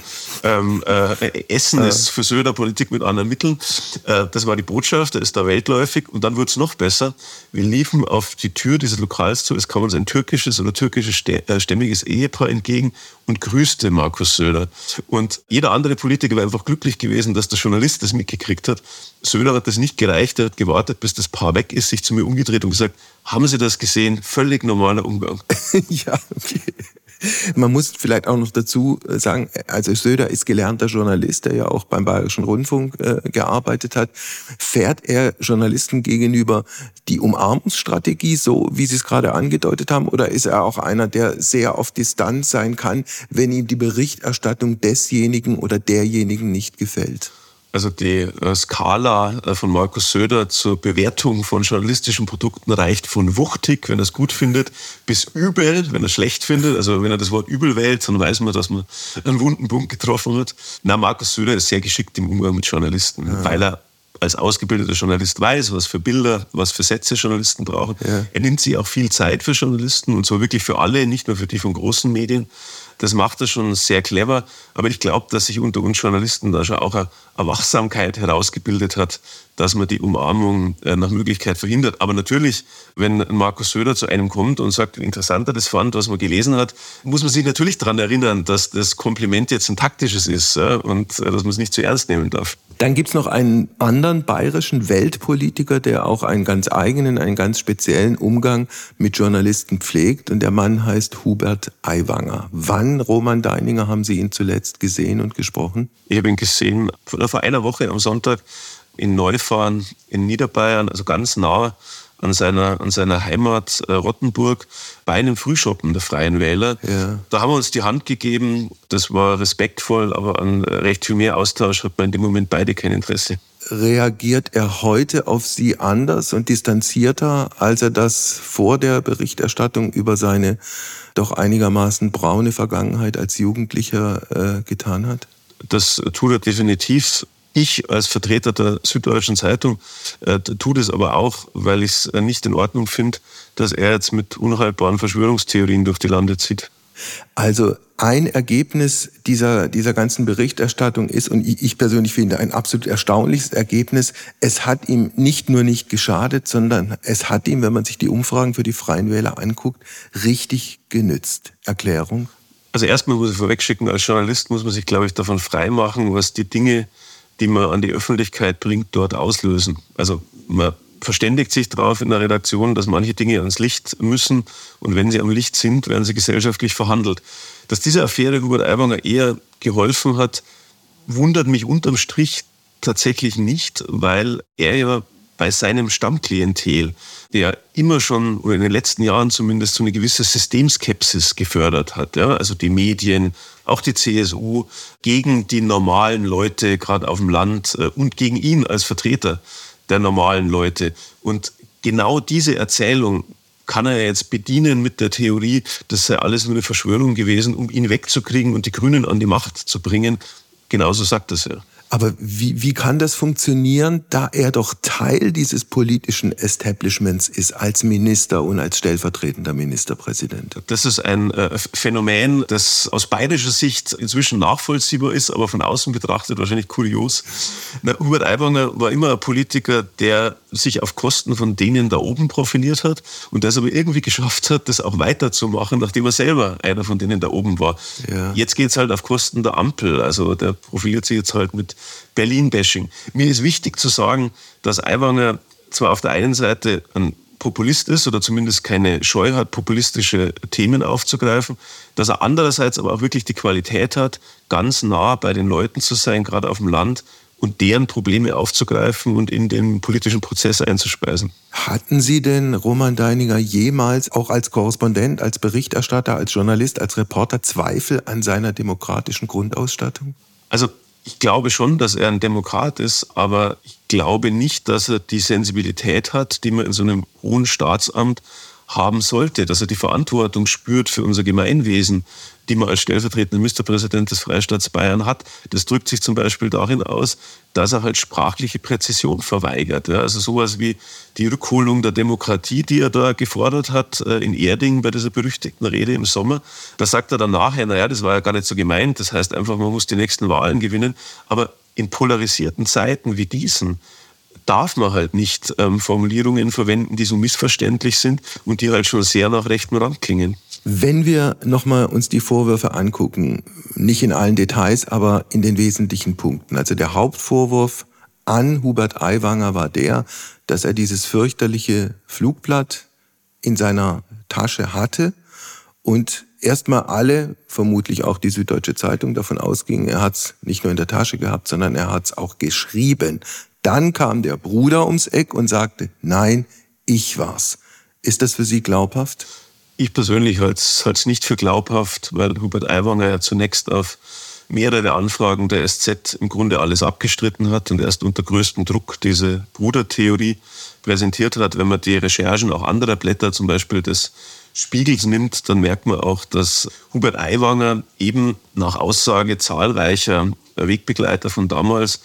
Essen ist für Söder Politik mit anderen Mitteln. Das war die Botschaft. Der ist da weltläufig und dann wurde es noch besser. Wir liefen auf die Tür dieses Lokals zu, es kam uns ein türkisches oder türkisch-stämmiges Ehepaar entgegen und grüßte Markus Söder. Und jeder andere Politiker wäre einfach glücklich gewesen, dass der Journalist das mitgekriegt hat. Söder hat das nicht gereicht, er hat gewartet, bis das Paar weg ist, sich zu mir umgedreht und gesagt, haben Sie das gesehen? Völlig normaler Umgang. Ja, okay. Man muss vielleicht auch noch dazu sagen, also Söder ist gelernter Journalist, der ja auch beim Bayerischen Rundfunk gearbeitet hat. Fährt er Journalisten gegenüber die Umarmungsstrategie, so wie Sie es gerade angedeutet haben, oder ist er auch einer, der sehr auf Distanz sein kann, wenn ihm die Berichterstattung desjenigen oder derjenigen nicht gefällt? Also die Skala von Markus Söder zur Bewertung von journalistischen Produkten reicht von wuchtig, wenn er es gut findet, bis übel, wenn er es schlecht findet. Also wenn er das Wort übel wählt, dann weiß man, dass man einen wunden Punkt getroffen hat. Na, Markus Söder ist sehr geschickt im Umgang mit Journalisten, weil er als ausgebildeter Journalist weiß, was für Bilder, was für Sätze Journalisten brauchen. Ja. Er nimmt sich auch viel Zeit für Journalisten und zwar wirklich für alle, nicht nur für die von großen Medien. Das macht er schon sehr clever. Aber ich glaube, dass sich unter uns Journalisten da schon auch eine Wachsamkeit herausgebildet hat, dass man die Umarmung nach Möglichkeit verhindert. Aber natürlich, wenn Markus Söder zu einem kommt und sagt, wie interessant er das fand, was man gelesen hat, muss man sich natürlich daran erinnern, dass das Kompliment jetzt ein taktisches ist und dass man es nicht zu ernst nehmen darf. Dann gibt's noch einen anderen bayerischen Weltpolitiker, der auch einen ganz eigenen, einen ganz speziellen Umgang mit Journalisten pflegt. Und der Mann heißt Hubert Aiwanger. Wann, Roman Deininger, haben Sie ihn zuletzt gesehen und gesprochen? Ich habe ihn gesehen vor einer Woche am Sonntag in Neufahren in Niederbayern, also ganz nah an seiner Heimat Rottenburg, bei einem Frühschoppen der Freien Wähler. Ja. Da haben wir uns die Hand gegeben, das war respektvoll, aber an recht viel mehr Austausch hat man in dem Moment beide kein Interesse. reagiert er heute auf Sie anders und distanzierter, als er das vor der Berichterstattung über seine doch einigermaßen braune Vergangenheit als Jugendlicher getan hat? Das tut er definitiv. Ich als Vertreter der Süddeutschen Zeitung tue das aber auch, weil ich es nicht in Ordnung finde, dass er jetzt mit unhaltbaren Verschwörungstheorien durch die Lande zieht. Also ein Ergebnis dieser ganzen Berichterstattung ist, und ich persönlich finde ein absolut erstaunliches Ergebnis, es hat ihm nicht nur nicht geschadet, sondern es hat ihm, wenn man sich die Umfragen für die Freien Wähler anguckt, richtig genützt. Erklärung? Also erstmal muss ich vorwegschicken, als Journalist muss man sich, glaube ich, davon freimachen, was die Dinge, die man an die Öffentlichkeit bringt, dort auslösen. Also man verständigt sich darauf in der Redaktion, dass manche Dinge ans Licht müssen und wenn sie am Licht sind, werden sie gesellschaftlich verhandelt. Dass diese Affäre Hubert Aiwanger eher geholfen hat, wundert mich unterm Strich tatsächlich nicht, weil er ja bei seinem Stammklientel, der immer schon, oder in den letzten Jahren zumindest, so eine gewisse Systemskepsis gefördert hat. Ja? Also die Medien, auch die CSU, gegen die normalen Leute, gerade auf dem Land, und gegen ihn als Vertreter der normalen Leute. Und genau diese Erzählung kann er jetzt bedienen mit der Theorie, das sei alles nur eine Verschwörung gewesen, um ihn wegzukriegen und die Grünen an die Macht zu bringen. Genauso sagt das ja. Aber wie kann das funktionieren, da er doch Teil dieses politischen Establishments ist als Minister und als stellvertretender Ministerpräsident? Das ist ein Phänomen, das aus bayerischer Sicht inzwischen nachvollziehbar ist, aber von außen betrachtet wahrscheinlich kurios. Hubert Aiwanger war immer ein Politiker, der sich auf Kosten von denen da oben profiliert hat und der es aber irgendwie geschafft hat, das auch weiterzumachen, nachdem er selber einer von denen da oben war. Ja. Jetzt geht es halt auf Kosten der Ampel. Also der profiliert sich jetzt halt mit Berlin-Bashing. Mir ist wichtig zu sagen, dass Aiwanger zwar auf der einen Seite ein Populist ist oder zumindest keine Scheu hat, populistische Themen aufzugreifen, dass er andererseits aber auch wirklich die Qualität hat, ganz nah bei den Leuten zu sein, gerade auf dem Land, und deren Probleme aufzugreifen und in den politischen Prozess einzuspeisen. Hatten Sie denn, Roman Deininger, jemals auch als Korrespondent, als Berichterstatter, als Journalist, als Reporter Zweifel an seiner demokratischen Grundausstattung? Also ich glaube schon, dass er ein Demokrat ist, aber ich glaube nicht, dass er die Sensibilität hat, die man in so einem hohen Staatsamt haben sollte, dass er die Verantwortung spürt für unser Gemeinwesen, die man als stellvertretender Ministerpräsident des Freistaats Bayern hat. Das drückt sich zum Beispiel darin aus, dass er halt sprachliche Präzision verweigert. Ja, also sowas wie die Rückholung der Demokratie, die er da gefordert hat in Erding bei dieser berüchtigten Rede im Sommer. Da sagt er dann nachher, naja, das war ja gar nicht so gemeint. Das heißt einfach, man muss die nächsten Wahlen gewinnen. Aber in polarisierten Zeiten wie diesen darf man halt nicht Formulierungen verwenden, die so missverständlich sind und die halt schon sehr nach rechtem Rand klingen. Wenn wir nochmal uns die Vorwürfe angucken, nicht in allen Details, aber in den wesentlichen Punkten. Also der Hauptvorwurf an Hubert Aiwanger war der, dass er dieses fürchterliche Flugblatt in seiner Tasche hatte und erstmal alle, vermutlich auch die Süddeutsche Zeitung, davon ausgingen, er hat es nicht nur in der Tasche gehabt, sondern er hat es auch geschrieben. Dann kam der Bruder ums Eck und sagte, nein, ich war's. Ist das für Sie glaubhaft? Ich persönlich halte es nicht für glaubhaft, weil Hubert Aiwanger ja zunächst auf mehrere Anfragen der SZ im Grunde alles abgestritten hat und erst unter größtem Druck diese Brudertheorie präsentiert hat. Wenn man die Recherchen auch anderer Blätter, zum Beispiel des Spiegels, nimmt, dann merkt man auch, dass Hubert Aiwanger eben nach Aussage zahlreicher Wegbegleiter von damals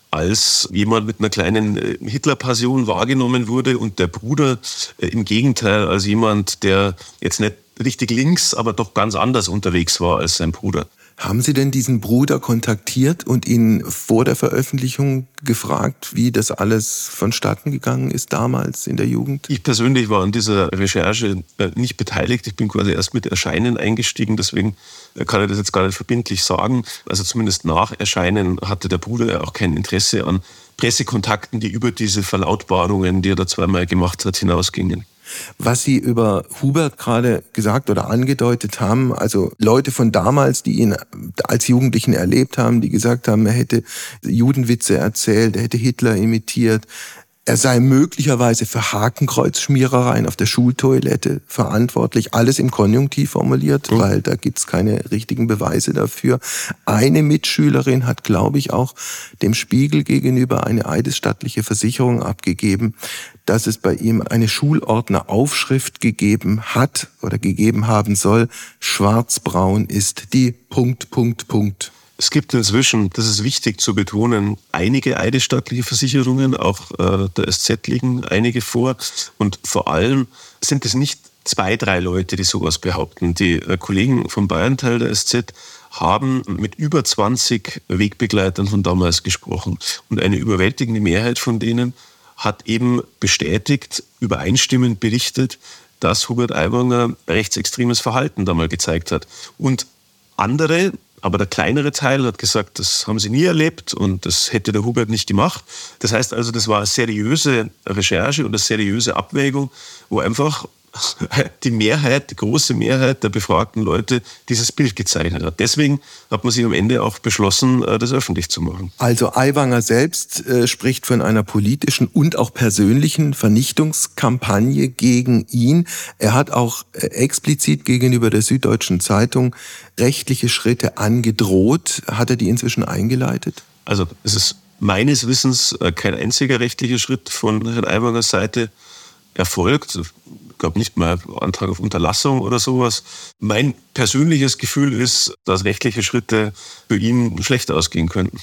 als jemand mit einer kleinen Hitlerpassion wahrgenommen wurde und der Bruder im Gegenteil als jemand, der jetzt nicht richtig links, aber doch ganz anders unterwegs war als sein Bruder. Haben Sie denn diesen Bruder kontaktiert und ihn vor der Veröffentlichung gefragt, wie das alles vonstatten gegangen ist damals in der Jugend? Ich persönlich war an dieser Recherche nicht beteiligt. Ich bin quasi erst mit Erscheinen eingestiegen, deswegen kann ich das jetzt gar nicht verbindlich sagen. Also zumindest nach Erscheinen hatte der Bruder ja auch kein Interesse an Pressekontakten, die über diese Verlautbarungen, die er da zweimal gemacht hat, hinausgingen. Was Sie über Hubert gerade gesagt oder angedeutet haben, also Leute von damals, die ihn als Jugendlichen erlebt haben, die gesagt haben, er hätte Judenwitze erzählt, er hätte Hitler imitiert. Er sei möglicherweise für Hakenkreuzschmierereien auf der Schultoilette verantwortlich. Alles im Konjunktiv formuliert, weil da gibt's keine richtigen Beweise dafür. Eine Mitschülerin hat, glaube ich, auch dem Spiegel gegenüber eine eidesstattliche Versicherung abgegeben, dass es bei ihm eine Schulordneraufschrift gegeben hat oder gegeben haben soll. Schwarzbraun ist die ... Es gibt inzwischen, das ist wichtig zu betonen, einige eidesstattliche Versicherungen, auch der SZ liegen einige vor. Und vor allem sind es nicht 2, 3 Leute, die sowas behaupten. Die Kollegen vom Bayern-Teil der SZ haben mit über 20 Wegbegleitern von damals gesprochen. Und eine überwältigende Mehrheit von denen hat eben bestätigt, übereinstimmend berichtet, dass Hubert Aiwanger rechtsextremes Verhalten damals gezeigt hat. Und andere, aber der kleinere Teil hat gesagt, das haben sie nie erlebt und das hätte der Hubert nicht gemacht. Das heißt also, das war eine seriöse Recherche und eine seriöse Abwägung, wo einfach die große Mehrheit der befragten Leute dieses Bild gezeichnet hat. Deswegen hat man sich am Ende auch beschlossen, das öffentlich zu machen. Also Aiwanger selbst spricht von einer politischen und auch persönlichen Vernichtungskampagne gegen ihn. Er hat auch explizit gegenüber der Süddeutschen Zeitung rechtliche Schritte angedroht. Hat er die inzwischen eingeleitet? Also es ist meines Wissens kein einziger rechtlicher Schritt von Herrn Aiwangers Seite erfolgt. Ich glaube nicht mal Antrag auf Unterlassung oder sowas. Mein persönliches Gefühl ist, dass rechtliche Schritte für ihn schlecht ausgehen könnten.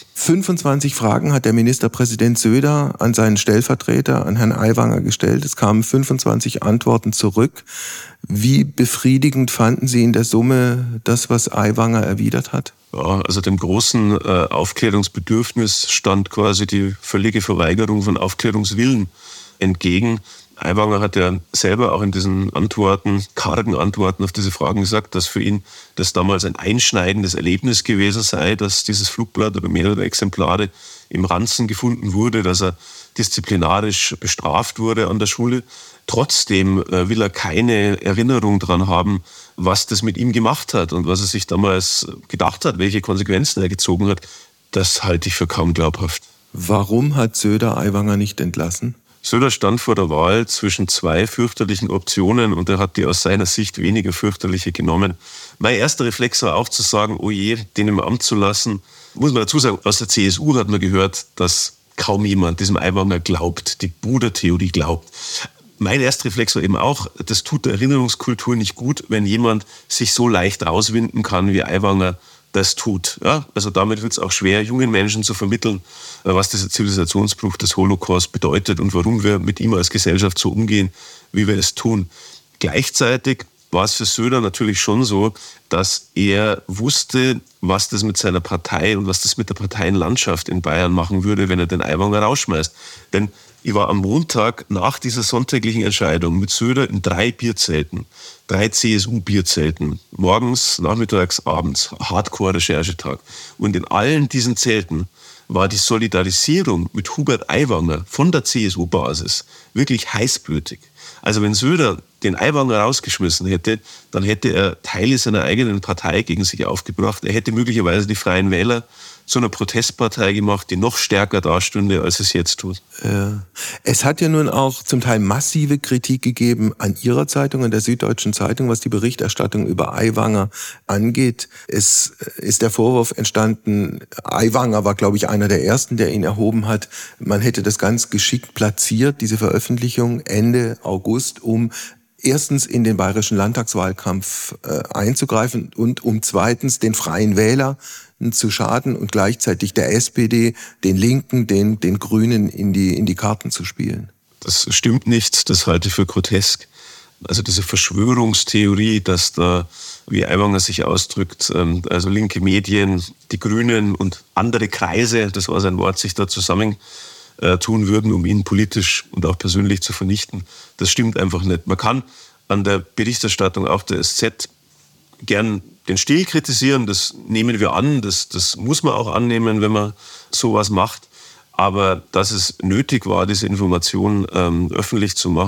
25 Fragen hat der Ministerpräsident Söder an seinen Stellvertreter, an Herrn Aiwanger gestellt. Es kamen 25 Antworten zurück. Wie befriedigend fanden Sie in der Summe das, was Aiwanger erwidert hat? Ja, also dem großen Aufklärungsbedürfnis stand quasi die völlige Verweigerung von Aufklärungswillen entgegen. Aiwanger hat ja selber auch in diesen kargen Antworten auf diese Fragen gesagt, dass für ihn das damals ein einschneidendes Erlebnis gewesen sei, dass dieses Flugblatt oder mehrere Exemplare im Ranzen gefunden wurde, dass er disziplinarisch bestraft wurde an der Schule. Trotzdem will er keine Erinnerung daran haben, was das mit ihm gemacht hat und was er sich damals gedacht hat, welche Konsequenzen er gezogen hat. Das halte ich für kaum glaubhaft. Warum hat Söder Aiwanger nicht entlassen? Söder stand vor der Wahl zwischen 2 fürchterlichen Optionen und er hat die aus seiner Sicht weniger fürchterliche genommen. Mein erster Reflex war auch zu sagen, oh je, den im Amt zu lassen. Muss man dazu sagen, aus der CSU hat man gehört, dass kaum jemand diesem Aiwanger glaubt, die Buddha-Theorie glaubt. Mein erster Reflex war eben auch, das tut der Erinnerungskultur nicht gut, wenn jemand sich so leicht rauswinden kann, wie Aiwanger das tut. Ja, also damit wird es auch schwer, jungen Menschen zu vermitteln, was dieser Zivilisationsbruch des Holocaust bedeutet und warum wir mit ihm als Gesellschaft so umgehen, wie wir es tun. Gleichzeitig war es für Söder natürlich schon so, dass er wusste, was das mit seiner Partei und was das mit der Parteienlandschaft in Bayern machen würde, wenn er den Aiwanger rausschmeißt. Denn ich war am Montag nach dieser sonntäglichen Entscheidung mit Söder in 3 Bierzelten, 3 CSU-Bierzelten, morgens, nachmittags, abends, Hardcore-Recherchetag. Und in allen diesen Zelten war die Solidarisierung mit Hubert Aiwanger von der CSU-Basis wirklich heißblütig. Also wenn Söder den Aiwanger rausgeschmissen hätte, dann hätte er Teile seiner eigenen Partei gegen sich aufgebracht. Er hätte möglicherweise die Freien Wähler zu einer Protestpartei gemacht, die noch stärker dastünde, als es jetzt tut. Es hat ja nun auch zum Teil massive Kritik gegeben an Ihrer Zeitung, an der Süddeutschen Zeitung, was die Berichterstattung über Aiwanger angeht. Es ist der Vorwurf entstanden, Aiwanger war, glaube ich, einer der Ersten, der ihn erhoben hat. Man hätte das ganz geschickt platziert, diese Veröffentlichung Ende August, um erstens in den bayerischen Landtagswahlkampf einzugreifen und um zweitens den Freien Wähler zu schaden und gleichzeitig der SPD, den Linken, den Grünen in die Karten zu spielen. Das stimmt nicht, das halte ich für grotesk. Also diese Verschwörungstheorie, dass da, wie Aiwanger sich ausdrückt, also linke Medien, die Grünen und andere Kreise, das war sein Wort, sich da zusammen tun würden, um ihn politisch und auch persönlich zu vernichten. Das stimmt einfach nicht. Man kann an der Berichterstattung auch der SZ gern den Stil kritisieren, das nehmen wir an, das muss man auch annehmen, wenn man sowas macht. Aber dass es nötig war, diese Information öffentlich zu machen,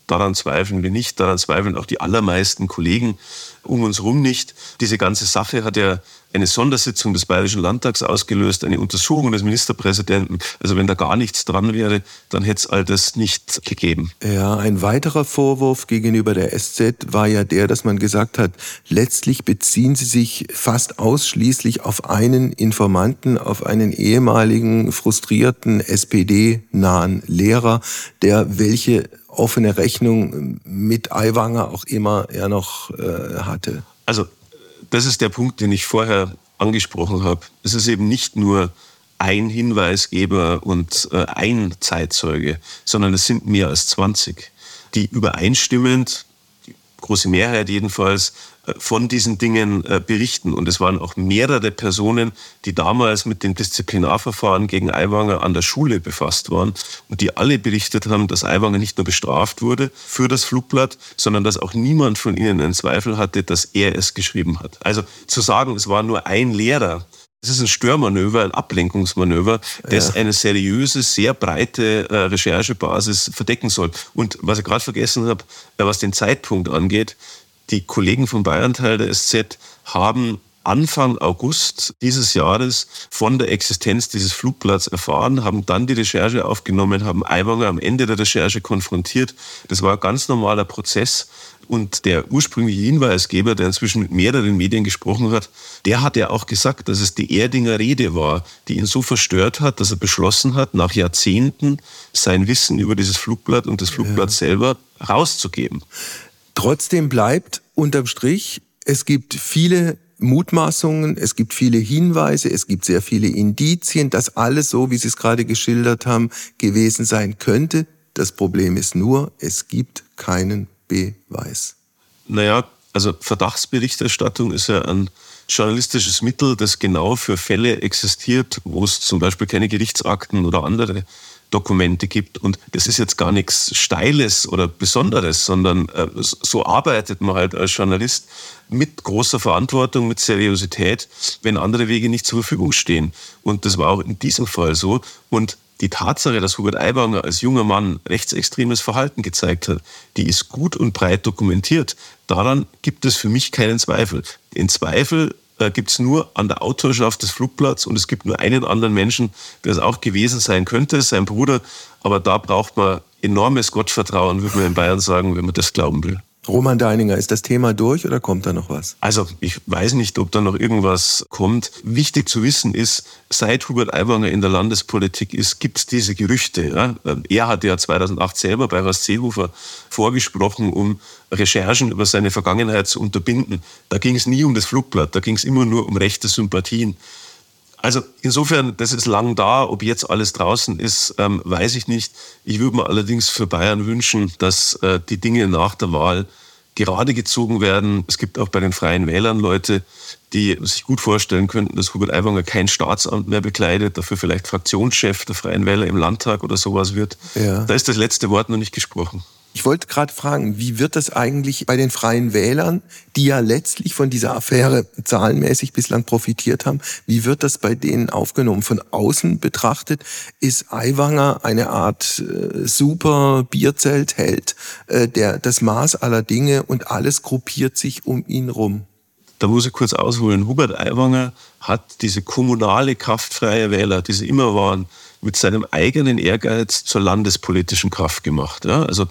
daran zweifeln wir nicht, daran zweifeln auch die allermeisten Kollegen um uns herum nicht. Diese ganze Sache hat ja eine Sondersitzung des Bayerischen Landtags ausgelöst, eine Untersuchung des Ministerpräsidenten. Also wenn da gar nichts dran wäre, dann hätte es all das nicht gegeben. Ja, ein weiterer Vorwurf gegenüber der SZ war ja der, dass man gesagt hat, letztlich beziehen sie sich fast ausschließlich auf einen Informanten, auf einen ehemaligen, frustrierten, SPD-nahen Lehrer, der welche offene Rechnung mit Aiwanger auch immer er noch hatte. Also das ist der Punkt, den ich vorher angesprochen habe. Es ist eben nicht nur ein Hinweisgeber und ein Zeitzeuge, sondern es sind mehr als 20, die übereinstimmend, die große Mehrheit jedenfalls, von diesen Dingen berichten. Und es waren auch mehrere Personen, die damals mit dem Disziplinarverfahren gegen Aiwanger an der Schule befasst waren und die alle berichtet haben, dass Aiwanger nicht nur bestraft wurde für das Flugblatt, sondern dass auch niemand von ihnen einen Zweifel hatte, dass er es geschrieben hat. Also zu sagen, es war nur ein Lehrer, das ist ein Störmanöver, ein Ablenkungsmanöver, das eine seriöse, sehr breite Recherchebasis verdecken soll. Und was ich gerade vergessen habe, was den Zeitpunkt angeht, die Kollegen vom Bayern-Teil der SZ haben Anfang August dieses Jahres von der Existenz dieses Flugblatts erfahren, haben dann die Recherche aufgenommen, haben Aiwanger am Ende der Recherche konfrontiert. Das war ein ganz normaler Prozess. Und der ursprüngliche Hinweisgeber, der inzwischen mit mehreren Medien gesprochen hat, der hat ja auch gesagt, dass es die Erdinger Rede war, die ihn so verstört hat, dass er beschlossen hat, nach Jahrzehnten sein Wissen über dieses Flugblatt und das Flugblatt selber rauszugeben. Trotzdem bleibt unterm Strich, es gibt viele Mutmaßungen, es gibt viele Hinweise, es gibt sehr viele Indizien, dass alles so, wie Sie es gerade geschildert haben, gewesen sein könnte. Das Problem ist nur, es gibt keinen Beweis. Naja, also Verdachtsberichterstattung ist ja ein journalistisches Mittel, das genau für Fälle existiert, wo es zum Beispiel keine Gerichtsakten oder andere Dokumente gibt. Und das ist jetzt gar nichts Steiles oder Besonderes, sondern so arbeitet man halt als Journalist mit großer Verantwortung, mit Seriosität, wenn andere Wege nicht zur Verfügung stehen. Und das war auch in diesem Fall so. Und die Tatsache, dass Hubert Aiwanger als junger Mann rechtsextremes Verhalten gezeigt hat, die ist gut und breit dokumentiert. Daran gibt es für mich keinen Zweifel. Den Zweifel gibt es nur an der Autorschaft des Flugblatts und es gibt nur einen anderen Menschen, der es auch gewesen sein könnte, sein Bruder. Aber da braucht man enormes Gottvertrauen, würde man in Bayern sagen, wenn man das glauben will. Roman Deininger, ist das Thema durch oder kommt da noch was? Also ich weiß nicht, ob da noch irgendwas kommt. Wichtig zu wissen ist, seit Hubert Aiwanger in der Landespolitik ist, gibt es diese Gerüchte. Ja? Er hat ja 2008 selber bei Horst Seehofer vorgesprochen, um Recherchen über seine Vergangenheit zu unterbinden. Da ging es nie um das Flugblatt, da ging es immer nur um rechte Sympathien. Also insofern, das ist lang da. Ob jetzt alles draußen ist, weiß ich nicht. Ich würde mir allerdings für Bayern wünschen, dass die Dinge nach der Wahl gerade gezogen werden. Es gibt auch bei den Freien Wählern Leute, die sich gut vorstellen könnten, dass Hubert Aiwanger kein Staatsamt mehr bekleidet, dafür vielleicht Fraktionschef der Freien Wähler im Landtag oder sowas wird. Ja. Da ist das letzte Wort noch nicht gesprochen. Ich wollte gerade fragen, wie wird das eigentlich bei den Freien Wählern, die ja letztlich von dieser Affäre zahlenmäßig bislang profitiert haben, wie wird das bei denen aufgenommen? Von außen betrachtet ist Aiwanger eine Art super Bierzeltheld, der das Maß aller Dinge und alles gruppiert sich um ihn rum. Da muss ich kurz ausholen. Hubert Aiwanger hat diese kommunale Kraft freier Wähler, die sie immer waren, mit seinem eigenen Ehrgeiz zur landespolitischen Kraft gemacht. Ja, also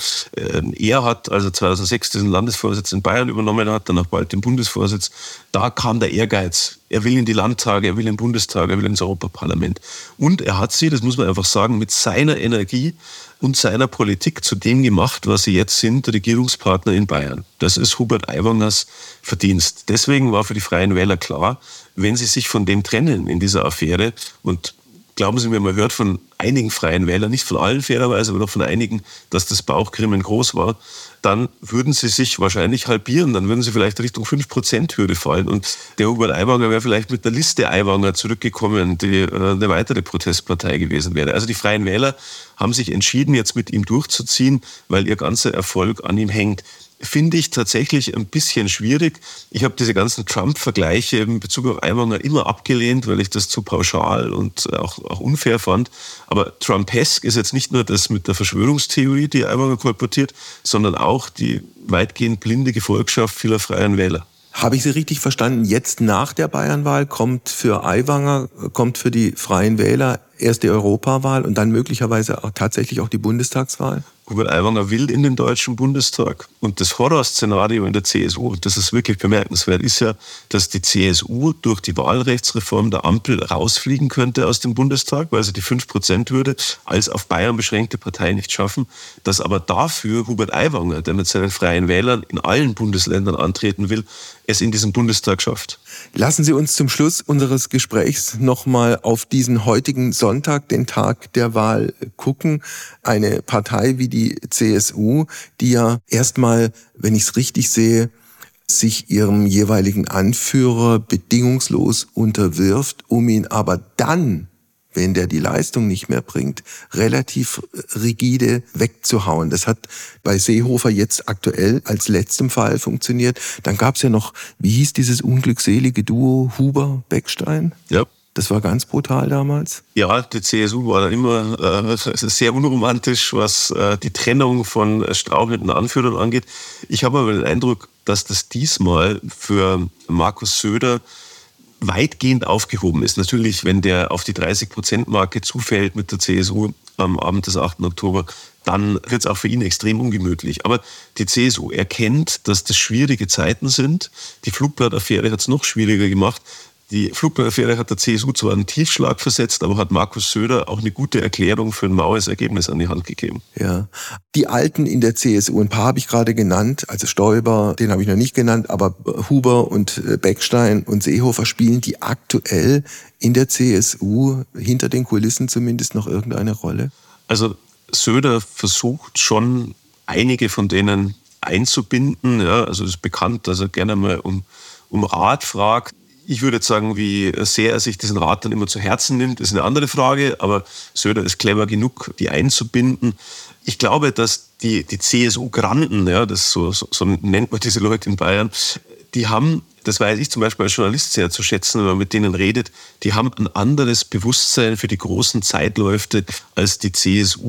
er hat, als er 2006 diesen Landesvorsitz in Bayern übernommen hat, dann auch bald den Bundesvorsitz, da kam der Ehrgeiz. Er will in die Landtage, er will in den Bundestag, er will ins Europaparlament. Und er hat sie, das muss man einfach sagen, mit seiner Energie und seiner Politik zu dem gemacht, was sie jetzt sind, Regierungspartner in Bayern. Das ist Hubert Aiwangers Verdienst. Deswegen war für die Freien Wähler klar, wenn sie sich von dem trennen in dieser Affäre, und glauben Sie mir, man hört von einigen Freien Wählern, nicht von allen fairerweise, aber doch von einigen, dass das Bauchgrimmen groß war, dann würden sie sich wahrscheinlich halbieren, dann würden sie vielleicht Richtung 5%-Hürde fallen. Und der Hubert Aiwanger wäre vielleicht mit der Liste Aiwanger zurückgekommen, die eine weitere Protestpartei gewesen wäre. Also die Freien Wähler haben sich entschieden, jetzt mit ihm durchzuziehen, weil ihr ganzer Erfolg an ihm hängt. finde ich tatsächlich ein bisschen schwierig. Ich habe diese ganzen Trump-Vergleiche in Bezug auf Aiwanger immer abgelehnt, weil ich das zu pauschal und auch unfair fand. Aber Trumpesk ist jetzt nicht nur das mit der Verschwörungstheorie, die Aiwanger kolportiert, sondern auch die weitgehend blinde Gefolgschaft vieler Freien Wähler. Habe ich Sie richtig verstanden? Jetzt nach der Bayernwahl kommt für Aiwanger, kommt für die Freien Wähler erst die Europawahl und dann möglicherweise auch tatsächlich auch die Bundestagswahl? Hubert Aiwanger will in den Deutschen Bundestag. Und das Horrorszenario in der CSU, das ist wirklich bemerkenswert, ist ja, dass die CSU durch die Wahlrechtsreform der Ampel rausfliegen könnte aus dem Bundestag, weil sie die 5%-Hürde als auf Bayern beschränkte Partei nicht schaffen. Dass aber dafür Hubert Aiwanger, der mit seinen Freien Wählern in allen Bundesländern antreten will, es in diesem Bundestag schafft. Lassen Sie uns zum Schluss unseres Gesprächs nochmal auf diesen heutigen Sonntag, den Tag der Wahl, gucken. Eine Partei wie die CSU, die ja erstmal, wenn ich es richtig sehe, sich ihrem jeweiligen Anführer bedingungslos unterwirft, um ihn aber dann, wenn der die Leistung nicht mehr bringt, relativ rigide wegzuhauen. Das hat bei Seehofer jetzt aktuell als letztem Fall funktioniert. Dann gab es ja noch, wie hieß dieses unglückselige Duo, Huber-Beckstein? Ja. Das war ganz brutal damals. Ja, die CSU war dann immer sehr unromantisch, was die Trennung von strauchelnden Anführern angeht. Ich habe aber den Eindruck, dass das diesmal für Markus Söder weitgehend aufgehoben ist. Natürlich, wenn der auf die 30%-Marke zufällt mit der CSU am Abend des 8. Oktober, dann wird es auch für ihn extrem ungemütlich. Aber die CSU erkennt, dass das schwierige Zeiten sind. Die Flugblattaffäre hat es noch schwieriger gemacht. Die Flugblattaffäre hat der CSU zwar einen Tiefschlag versetzt, aber hat Markus Söder auch eine gute Erklärung für ein maues Ergebnis an die Hand gegeben. Ja, die Alten in der CSU, ein paar habe ich gerade genannt, also Stoiber, den habe ich noch nicht genannt, aber Huber und Beckstein und Seehofer, spielen die aktuell in der CSU hinter den Kulissen zumindest noch irgendeine Rolle? Also Söder versucht schon, einige von denen einzubinden. Ja, also es ist bekannt, dass er gerne mal um Rat fragt. Ich würde jetzt sagen, wie sehr er sich diesen Rat dann immer zu Herzen nimmt, ist eine andere Frage. Aber Söder ist clever genug, die einzubinden. Ich glaube, dass die CSU-Granden, ja, so nennt man diese Leute in Bayern, die haben, das weiß ich zum Beispiel als Journalist sehr zu schätzen, wenn man mit denen redet, die haben ein anderes Bewusstsein für die großen Zeitläufe als die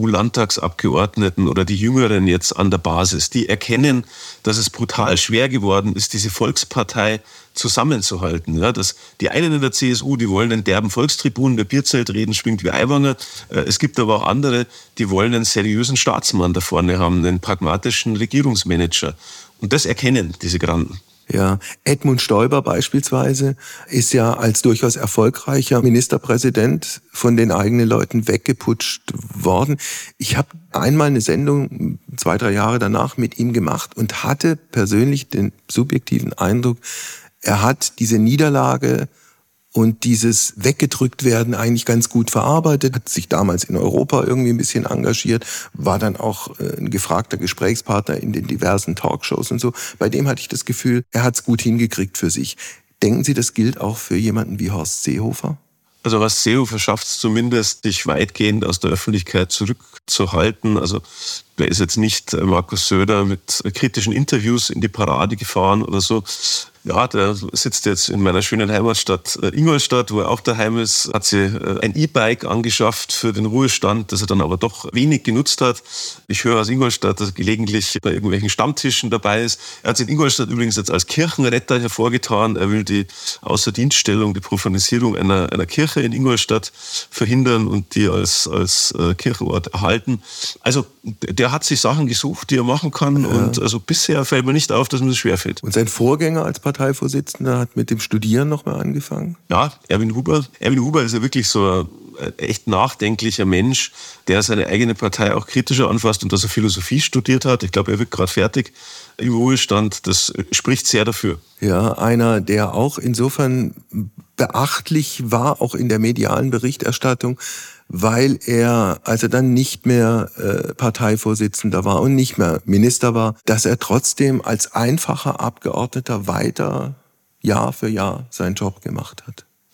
CSU-Landtagsabgeordneten oder die Jüngeren jetzt an der Basis. Die erkennen, dass es brutal schwer geworden ist, diese Volkspartei zusammenzuhalten. Ja, die einen in der CSU, die wollen den derben Volkstribun, der Bierzelt reden schwingt wie Aiwanger. Es gibt aber auch andere, die wollen einen seriösen Staatsmann da vorne haben, einen pragmatischen Regierungsmanager. Und das erkennen diese Granden. Ja, Edmund Stoiber beispielsweise ist ja als durchaus erfolgreicher Ministerpräsident von den eigenen Leuten weggeputscht worden. Ich habe einmal eine Sendung 2-3 Jahre danach mit ihm gemacht und hatte persönlich den subjektiven Eindruck, er hat diese Niederlage und dieses weggedrückt werden eigentlich ganz gut verarbeitet, hat sich damals in Europa irgendwie ein bisschen engagiert, war dann auch ein gefragter Gesprächspartner in den diversen Talkshows und so. Bei dem hatte ich das Gefühl, er hat es gut hingekriegt für sich. Denken Sie, das gilt auch für jemanden wie Horst Seehofer? Also was Seehofer schafft es zumindest, sich weitgehend aus der Öffentlichkeit zurückzuhalten. Also der ist jetzt nicht Markus Söder mit kritischen Interviews in die Parade gefahren oder so. Ja, der sitzt jetzt in meiner schönen Heimatstadt Ingolstadt, wo er auch daheim ist, hat sich ein E-Bike angeschafft für den Ruhestand, das er dann aber doch wenig genutzt hat. Ich höre aus Ingolstadt, dass er gelegentlich bei irgendwelchen Stammtischen dabei ist. Er hat sich in Ingolstadt übrigens jetzt als Kirchenretter hervorgetan. Er will die Außerdienststellung, die Profanisierung einer Kirche in Ingolstadt verhindern und die als Kirchenort erhalten. Also der hat sich Sachen gesucht, die er machen kann. Ja. Und also bisher fällt mir nicht auf, dass mir das schwerfällt. Und sein Vorgänger als Parteivorsitzender hat mit dem Studieren nochmal angefangen? Ja, Erwin Huber. Erwin Huber ist ja wirklich so ein echt nachdenklicher Mensch, der seine eigene Partei auch kritischer anfasst und dass er Philosophie studiert hat. Ich glaube, er wird gerade fertig im Ruhestand. Das spricht sehr dafür. Ja, einer, der auch insofern beachtlich war, auch in der medialen Berichterstattung, weil er, als er dann nicht mehr Parteivorsitzender war und nicht mehr Minister war, dass er trotzdem als einfacher Abgeordneter weiter Jahr für Jahr seinen Job gemacht hat.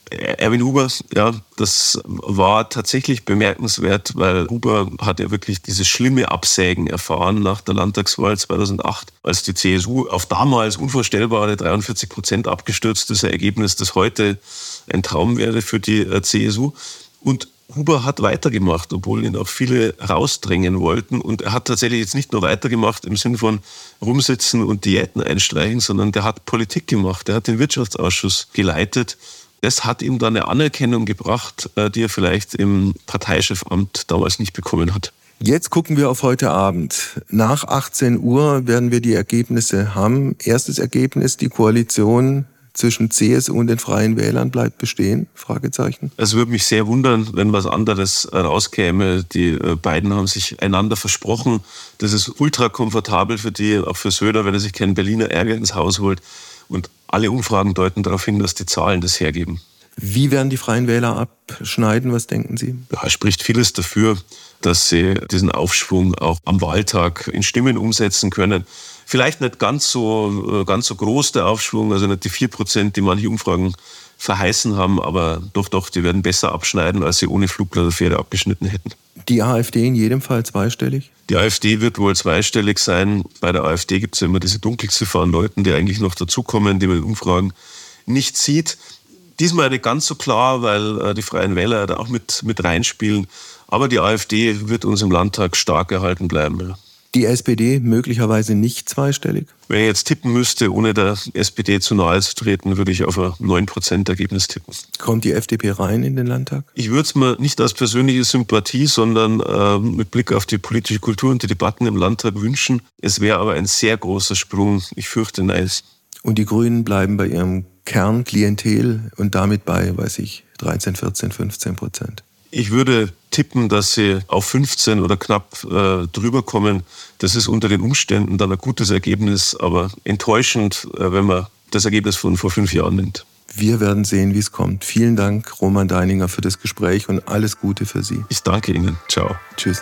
Erwin Huber, ja, das war tatsächlich bemerkenswert, weil Huber hat ja wirklich dieses schlimme Absägen erfahren nach der Landtagswahl 2008, als die CSU auf damals unvorstellbare 43% abgestürzt ist, ein Ergebnis, das heute ein Traum wäre für die CSU. Und Huber hat weitergemacht, obwohl ihn auch viele rausdrängen wollten. Und er hat tatsächlich jetzt nicht nur weitergemacht im Sinn von rumsitzen und Diäten einstreichen, sondern der hat Politik gemacht. Er hat den Wirtschaftsausschuss geleitet. Das hat ihm dann eine Anerkennung gebracht, die er vielleicht im Parteichefamt damals nicht bekommen hat. Jetzt gucken wir auf heute Abend. Nach 18 Uhr werden wir die Ergebnisse haben. Erstes Ergebnis, die Koalition zwischen CSU und den Freien Wählern bleibt bestehen? Fragezeichen. Es würde mich sehr wundern, wenn was anderes rauskäme. Die beiden haben sich einander versprochen. Das ist ultra komfortabel für die, auch für Söder, wenn er sich keinen Berliner Ärger ins Haus holt. Und alle Umfragen deuten darauf hin, dass die Zahlen das hergeben. Wie werden die Freien Wähler abschneiden? Was denken Sie? Ja, spricht vieles dafür, dass sie diesen Aufschwung auch am Wahltag in Stimmen umsetzen können. Vielleicht nicht ganz so groß der Aufschwung, also nicht die 4%, die manche Umfragen verheißen haben, aber doch, die werden besser abschneiden, als sie ohne Flugblatt abgeschnitten hätten. Die AfD in jedem Fall zweistellig? Die AfD wird wohl zweistellig sein. Bei der AfD gibt es ja immer diese Dunkelziffer an Leuten, die eigentlich noch dazukommen, die man in Umfragen nicht sieht. Diesmal nicht ganz so klar, weil die Freien Wähler da auch mit reinspielen. Aber die AfD wird uns im Landtag stark erhalten bleiben. Ja. Die SPD möglicherweise nicht zweistellig? Wenn ich jetzt tippen müsste, ohne der SPD zu nahe zu treten, würde ich auf ein 9% Ergebnis tippen. Kommt die FDP rein in den Landtag? Ich würde es mir nicht als persönliche Sympathie, sondern mit Blick auf die politische Kultur und die Debatten im Landtag wünschen. Es wäre aber ein sehr großer Sprung. Ich fürchte, nein. Und die Grünen bleiben bei ihrem Kernklientel und damit bei, 13, 14, 15%. Ich würde tippen, dass sie auf 15 oder knapp drüber kommen. Das ist unter den Umständen dann ein gutes Ergebnis, aber enttäuschend, wenn man das Ergebnis von vor 5 Jahren nimmt. Wir werden sehen, wie es kommt. Vielen Dank, Roman Deininger, für das Gespräch und alles Gute für Sie. Ich danke Ihnen. Ciao. Tschüss.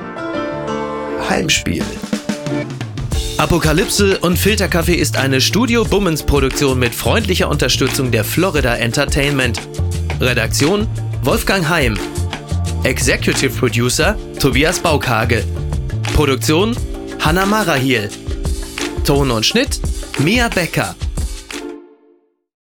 Heimspiel. Apokalypse und Filterkaffee ist eine Studio-Bummens-Produktion mit freundlicher Unterstützung der Florida Entertainment. Redaktion Wolfgang Heim. Executive Producer Tobias Baukage. Produktion Hanna Marahiel. Ton und Schnitt Mia Becker.